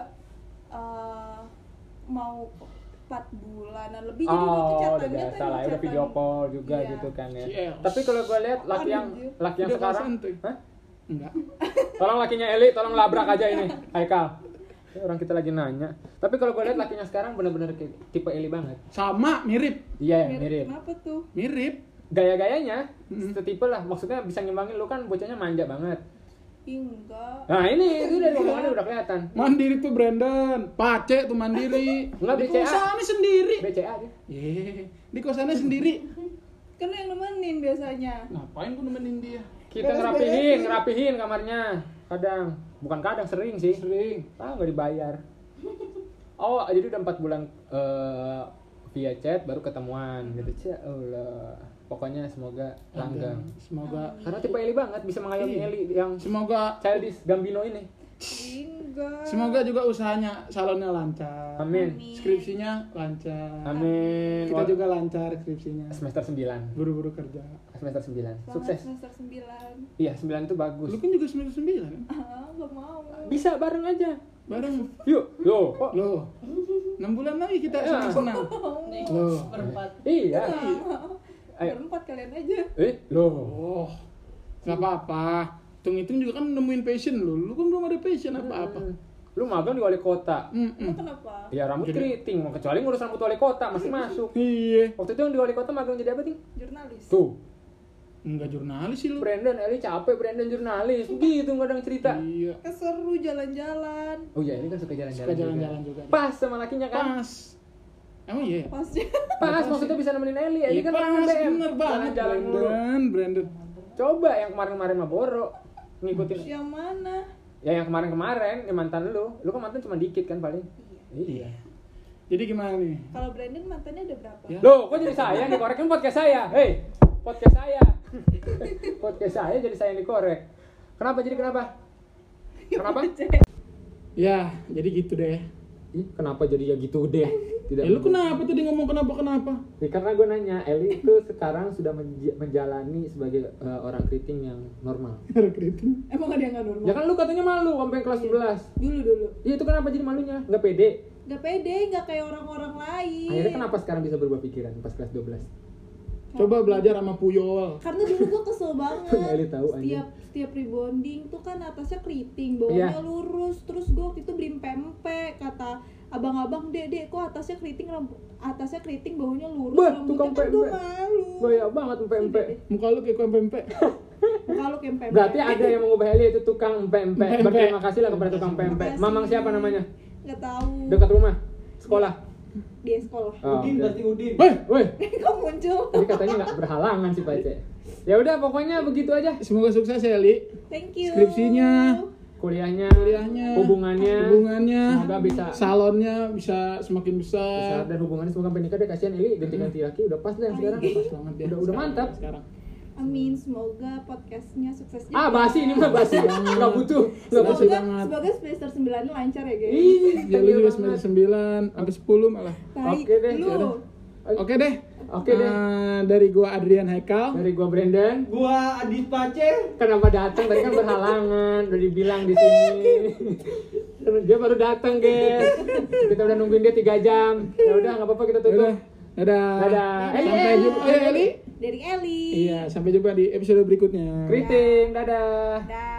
[SPEAKER 3] uh, mau empat bulanan lebih, jadi waktu
[SPEAKER 1] Oh, udah
[SPEAKER 3] chatannya
[SPEAKER 1] biasa
[SPEAKER 3] tuh
[SPEAKER 1] lah, udah
[SPEAKER 3] chatan-
[SPEAKER 1] video call juga
[SPEAKER 3] Iya.
[SPEAKER 1] gitu kan ya.
[SPEAKER 2] Yes.
[SPEAKER 1] Tapi kalau gue lihat laki yang
[SPEAKER 3] Anjir.
[SPEAKER 1] laki yang
[SPEAKER 2] Video call
[SPEAKER 1] sekarang,
[SPEAKER 2] santuy.
[SPEAKER 1] hah?
[SPEAKER 2] Enggak.
[SPEAKER 1] Tolong lakinya Eli, tolong labrak aja ini, Haikal. Ya, orang kita lagi nanya. Tapi kalau gue lihat lakinya sekarang bener-bener kayak tipe Eli banget.
[SPEAKER 2] Sama, mirip.
[SPEAKER 1] Iya,
[SPEAKER 3] Mirip,
[SPEAKER 1] mirip.
[SPEAKER 3] Kenapa tuh?
[SPEAKER 2] Mirip.
[SPEAKER 1] Gaya-gayanya
[SPEAKER 2] Mm-mm.
[SPEAKER 1] setipe lah. Maksudnya bisa ngimbangin lu kan bocahnya manja banget.
[SPEAKER 3] Ih, enggak.
[SPEAKER 1] Nah ini itu dari omongannya udah kelihatan.
[SPEAKER 2] Mandiri tuh Brandon. Pace tuh mandiri.
[SPEAKER 1] Enggak,
[SPEAKER 2] Di
[SPEAKER 1] B C A.
[SPEAKER 2] kosannya sendiri.
[SPEAKER 1] B C A dia.
[SPEAKER 2] Ye, di kosannya sendiri.
[SPEAKER 3] Kan lu yang nemenin biasanya.
[SPEAKER 2] Ngapain gua nemenin dia?
[SPEAKER 1] Kita ngerapihin, ngerapihin kamarnya. Kadang, bukan kadang, sering sih.
[SPEAKER 2] Sering.
[SPEAKER 1] Ah, nggak dibayar. Oh, jadi udah empat bulan eh, via chat baru ketemuan gitu. Ya Allah. Pokoknya semoga langgeng.
[SPEAKER 2] Semoga
[SPEAKER 1] Karena tipe Eli banget bisa mengayomi
[SPEAKER 2] Iya.
[SPEAKER 1] Eli yang
[SPEAKER 2] semoga
[SPEAKER 1] childish Gambino ini.
[SPEAKER 3] Ih, enggak.
[SPEAKER 2] semoga juga usahanya salonnya lancar.
[SPEAKER 1] Amin.
[SPEAKER 3] Amin.
[SPEAKER 2] Skripsinya lancar.
[SPEAKER 1] Amin.
[SPEAKER 2] Kita
[SPEAKER 1] Wal-
[SPEAKER 2] juga lancar skripsinya.
[SPEAKER 1] semester sembilan.
[SPEAKER 2] Buru-buru kerja.
[SPEAKER 1] Semester sembilan.
[SPEAKER 3] Selamat
[SPEAKER 1] Sukses.
[SPEAKER 3] semester sembilan.
[SPEAKER 1] Iya, sembilan itu bagus.
[SPEAKER 2] Lu kan juga semester sembilan kan?
[SPEAKER 3] Ah, enggak mau.
[SPEAKER 1] Bisa bareng aja.
[SPEAKER 2] Bareng.
[SPEAKER 1] Yuk. Loh, kok
[SPEAKER 2] Loh. enam bulan lagi kita
[SPEAKER 1] Ya.
[SPEAKER 2] senang-senang.
[SPEAKER 4] Nih,
[SPEAKER 2] Loh.
[SPEAKER 4] berempat.
[SPEAKER 1] Iya. Ayo.
[SPEAKER 3] Berempat kalian aja.
[SPEAKER 1] Eh, loh.
[SPEAKER 2] Oh. Enggak apa-apa. Hitung-hitung juga kan nemuin passion lu. Lu kan belum ada passion apa-apa.
[SPEAKER 1] Hmm. Lu magang di wali kota.
[SPEAKER 2] Mm-mm.
[SPEAKER 3] Emang kenapa?
[SPEAKER 1] Ya rambut
[SPEAKER 2] Jadi-
[SPEAKER 1] keriting, mau kecuali ngurus rambut wali kota masih masuk.
[SPEAKER 2] Iya.
[SPEAKER 1] Waktu itu yang di wali kota magang jadi apa, Ting?
[SPEAKER 3] Jurnalis.
[SPEAKER 1] Tuh,
[SPEAKER 2] Enggak jurnalis sih lu.
[SPEAKER 1] Brandon, Eli capek Brandon jurnalis. Begitu kadang cerita.
[SPEAKER 2] Iya.
[SPEAKER 3] Keseru jalan-jalan.
[SPEAKER 1] Oh iya, ini kan suka jalan-jalan.
[SPEAKER 2] Suka jalan-jalan juga.
[SPEAKER 1] Pas sama lakinya kan?
[SPEAKER 2] Pas. Emang iya.
[SPEAKER 3] Pasnya.
[SPEAKER 1] Pas, maksudnya bisa nemenin Eli. Eli
[SPEAKER 2] Iya
[SPEAKER 1] kan
[SPEAKER 2] pas,
[SPEAKER 1] orang B M.
[SPEAKER 2] bener banget.
[SPEAKER 1] Jalan-jalan mulu.
[SPEAKER 2] Brandon, Brandon.
[SPEAKER 1] Coba yang kemarin-kemarin mah Boro ngikutin.
[SPEAKER 3] Yang mana?
[SPEAKER 1] Ya yang kemarin-kemarin, ya mantan lu. Lu kan mantan cuma dikit kan paling.
[SPEAKER 3] Iya.
[SPEAKER 1] Iya.
[SPEAKER 2] Jadi gimana nih?
[SPEAKER 3] Kalau Brandon mantannya ada berapa?
[SPEAKER 2] Ya.
[SPEAKER 1] Loh, kok jadi saya yang dikorek? Kan podcast saya. Hei, podcast saya. Podcast saya jadi saya yang dikorek. Kenapa jadi kenapa? Kenapa?
[SPEAKER 2] Ya, jadi gitu deh.
[SPEAKER 1] Ih, kenapa jadi ya gitu deh? Tidak.
[SPEAKER 2] Ya lu kenapa tadi ngomong kenapa-kenapa?
[SPEAKER 1] Ya, karena gue nanya, Eli itu sekarang sudah menj- menjalani sebagai eh, orang keriting yang normal.
[SPEAKER 2] Rekruting.
[SPEAKER 3] Emang ada yang nggak normal?
[SPEAKER 1] Ya kan lu katanya malu sampai kelas sebelas.
[SPEAKER 3] Dulu dulu.
[SPEAKER 1] Iya itu kenapa jadi malunya? Nggak pede.
[SPEAKER 3] Gak pede, gak kayak orang-orang lain.
[SPEAKER 1] Akhirnya kenapa sekarang bisa berubah pikiran pas kelas dua belas?
[SPEAKER 2] Coba belajar sama Puyol.
[SPEAKER 3] Karena dulu gue kesel banget.
[SPEAKER 1] Eli tahu,
[SPEAKER 3] Setiap setiap rebonding tuh kan atasnya keriting, bawahnya
[SPEAKER 1] Iya.
[SPEAKER 3] lurus. Terus gue waktu itu beli pempek, kata abang-abang, dek dek, kok atasnya keriting, rambut atasnya keriting, bawahnya lurus.
[SPEAKER 1] Bah,
[SPEAKER 3] Rambutnya
[SPEAKER 1] tukang
[SPEAKER 3] kan gue
[SPEAKER 1] pempek.
[SPEAKER 3] malu.
[SPEAKER 1] Banyak banget pempek.
[SPEAKER 2] Muka lu kayak pempek.
[SPEAKER 3] Muka lu kayak pempek.
[SPEAKER 1] Berarti ada yang mengubah Eli itu tukang pempek.
[SPEAKER 2] Pempek.
[SPEAKER 1] Berterima kasih lah kepada tukang pempek.
[SPEAKER 3] Makasih.
[SPEAKER 1] Mamang siapa namanya?
[SPEAKER 3] Gak tahu.
[SPEAKER 1] Dekat rumah, sekolah.
[SPEAKER 3] Dia sekolah.
[SPEAKER 1] Oh,
[SPEAKER 5] Udin
[SPEAKER 1] oke.
[SPEAKER 5] pasti Udin.
[SPEAKER 1] Woi, woi.
[SPEAKER 3] Kok muncul?
[SPEAKER 1] Tadi katanya nggak berhalangan sih Pak Ce. Ya udah pokoknya begitu aja.
[SPEAKER 2] Semoga sukses ya, Li.
[SPEAKER 3] Thank you.
[SPEAKER 2] Skripsinya.
[SPEAKER 1] Kuliahnya,
[SPEAKER 2] Kuliahnya,
[SPEAKER 1] hubungannya,
[SPEAKER 2] hubungannya,
[SPEAKER 1] semoga bisa
[SPEAKER 2] salonnya bisa semakin
[SPEAKER 1] besar
[SPEAKER 2] besar.
[SPEAKER 1] dan hubungannya semoga sampai nikah deh. Kasihan Eli ganti-ganti laki udah pas deh yang sekarang.
[SPEAKER 2] Pas banget ya.
[SPEAKER 1] Udah udah
[SPEAKER 2] sekarang,
[SPEAKER 1] mantap.
[SPEAKER 2] sekarang.
[SPEAKER 3] Amin, semoga podcastnya sukses juga.
[SPEAKER 1] Ah basi ini mah basi. Nggak butuh, nggak
[SPEAKER 2] Basi
[SPEAKER 1] butuh.
[SPEAKER 3] Semoga,
[SPEAKER 2] banget.
[SPEAKER 3] semoga semester sembilan lancar ya guys.
[SPEAKER 1] Ih,
[SPEAKER 2] Ya lu juga semester sembilan sampai sepuluh malah.
[SPEAKER 3] Baik,
[SPEAKER 1] Oke deh,
[SPEAKER 3] lu.
[SPEAKER 1] yaudah.
[SPEAKER 2] Oke deh.
[SPEAKER 1] Oke deh.
[SPEAKER 2] Eh, dari gua Adrian Haikal.
[SPEAKER 1] Dari gua Brandon.
[SPEAKER 5] Gua Adit Pace.
[SPEAKER 1] Kenapa datang? Tadi kan berhalangan, udah dibilang di sini. Dia baru datang, guys. Kita udah nungguin dia tiga jam. Ya udah, nggak apa-apa kita tutup.
[SPEAKER 2] Dadah. Dadah.
[SPEAKER 1] Dadah. Eli,
[SPEAKER 2] Sampai
[SPEAKER 1] Eli.
[SPEAKER 2] jumpa. Eh, Eli.
[SPEAKER 3] Dari Eli.
[SPEAKER 2] Iya, sampai jumpa di episode berikutnya.
[SPEAKER 1] Keriting, dadah.
[SPEAKER 3] Dah.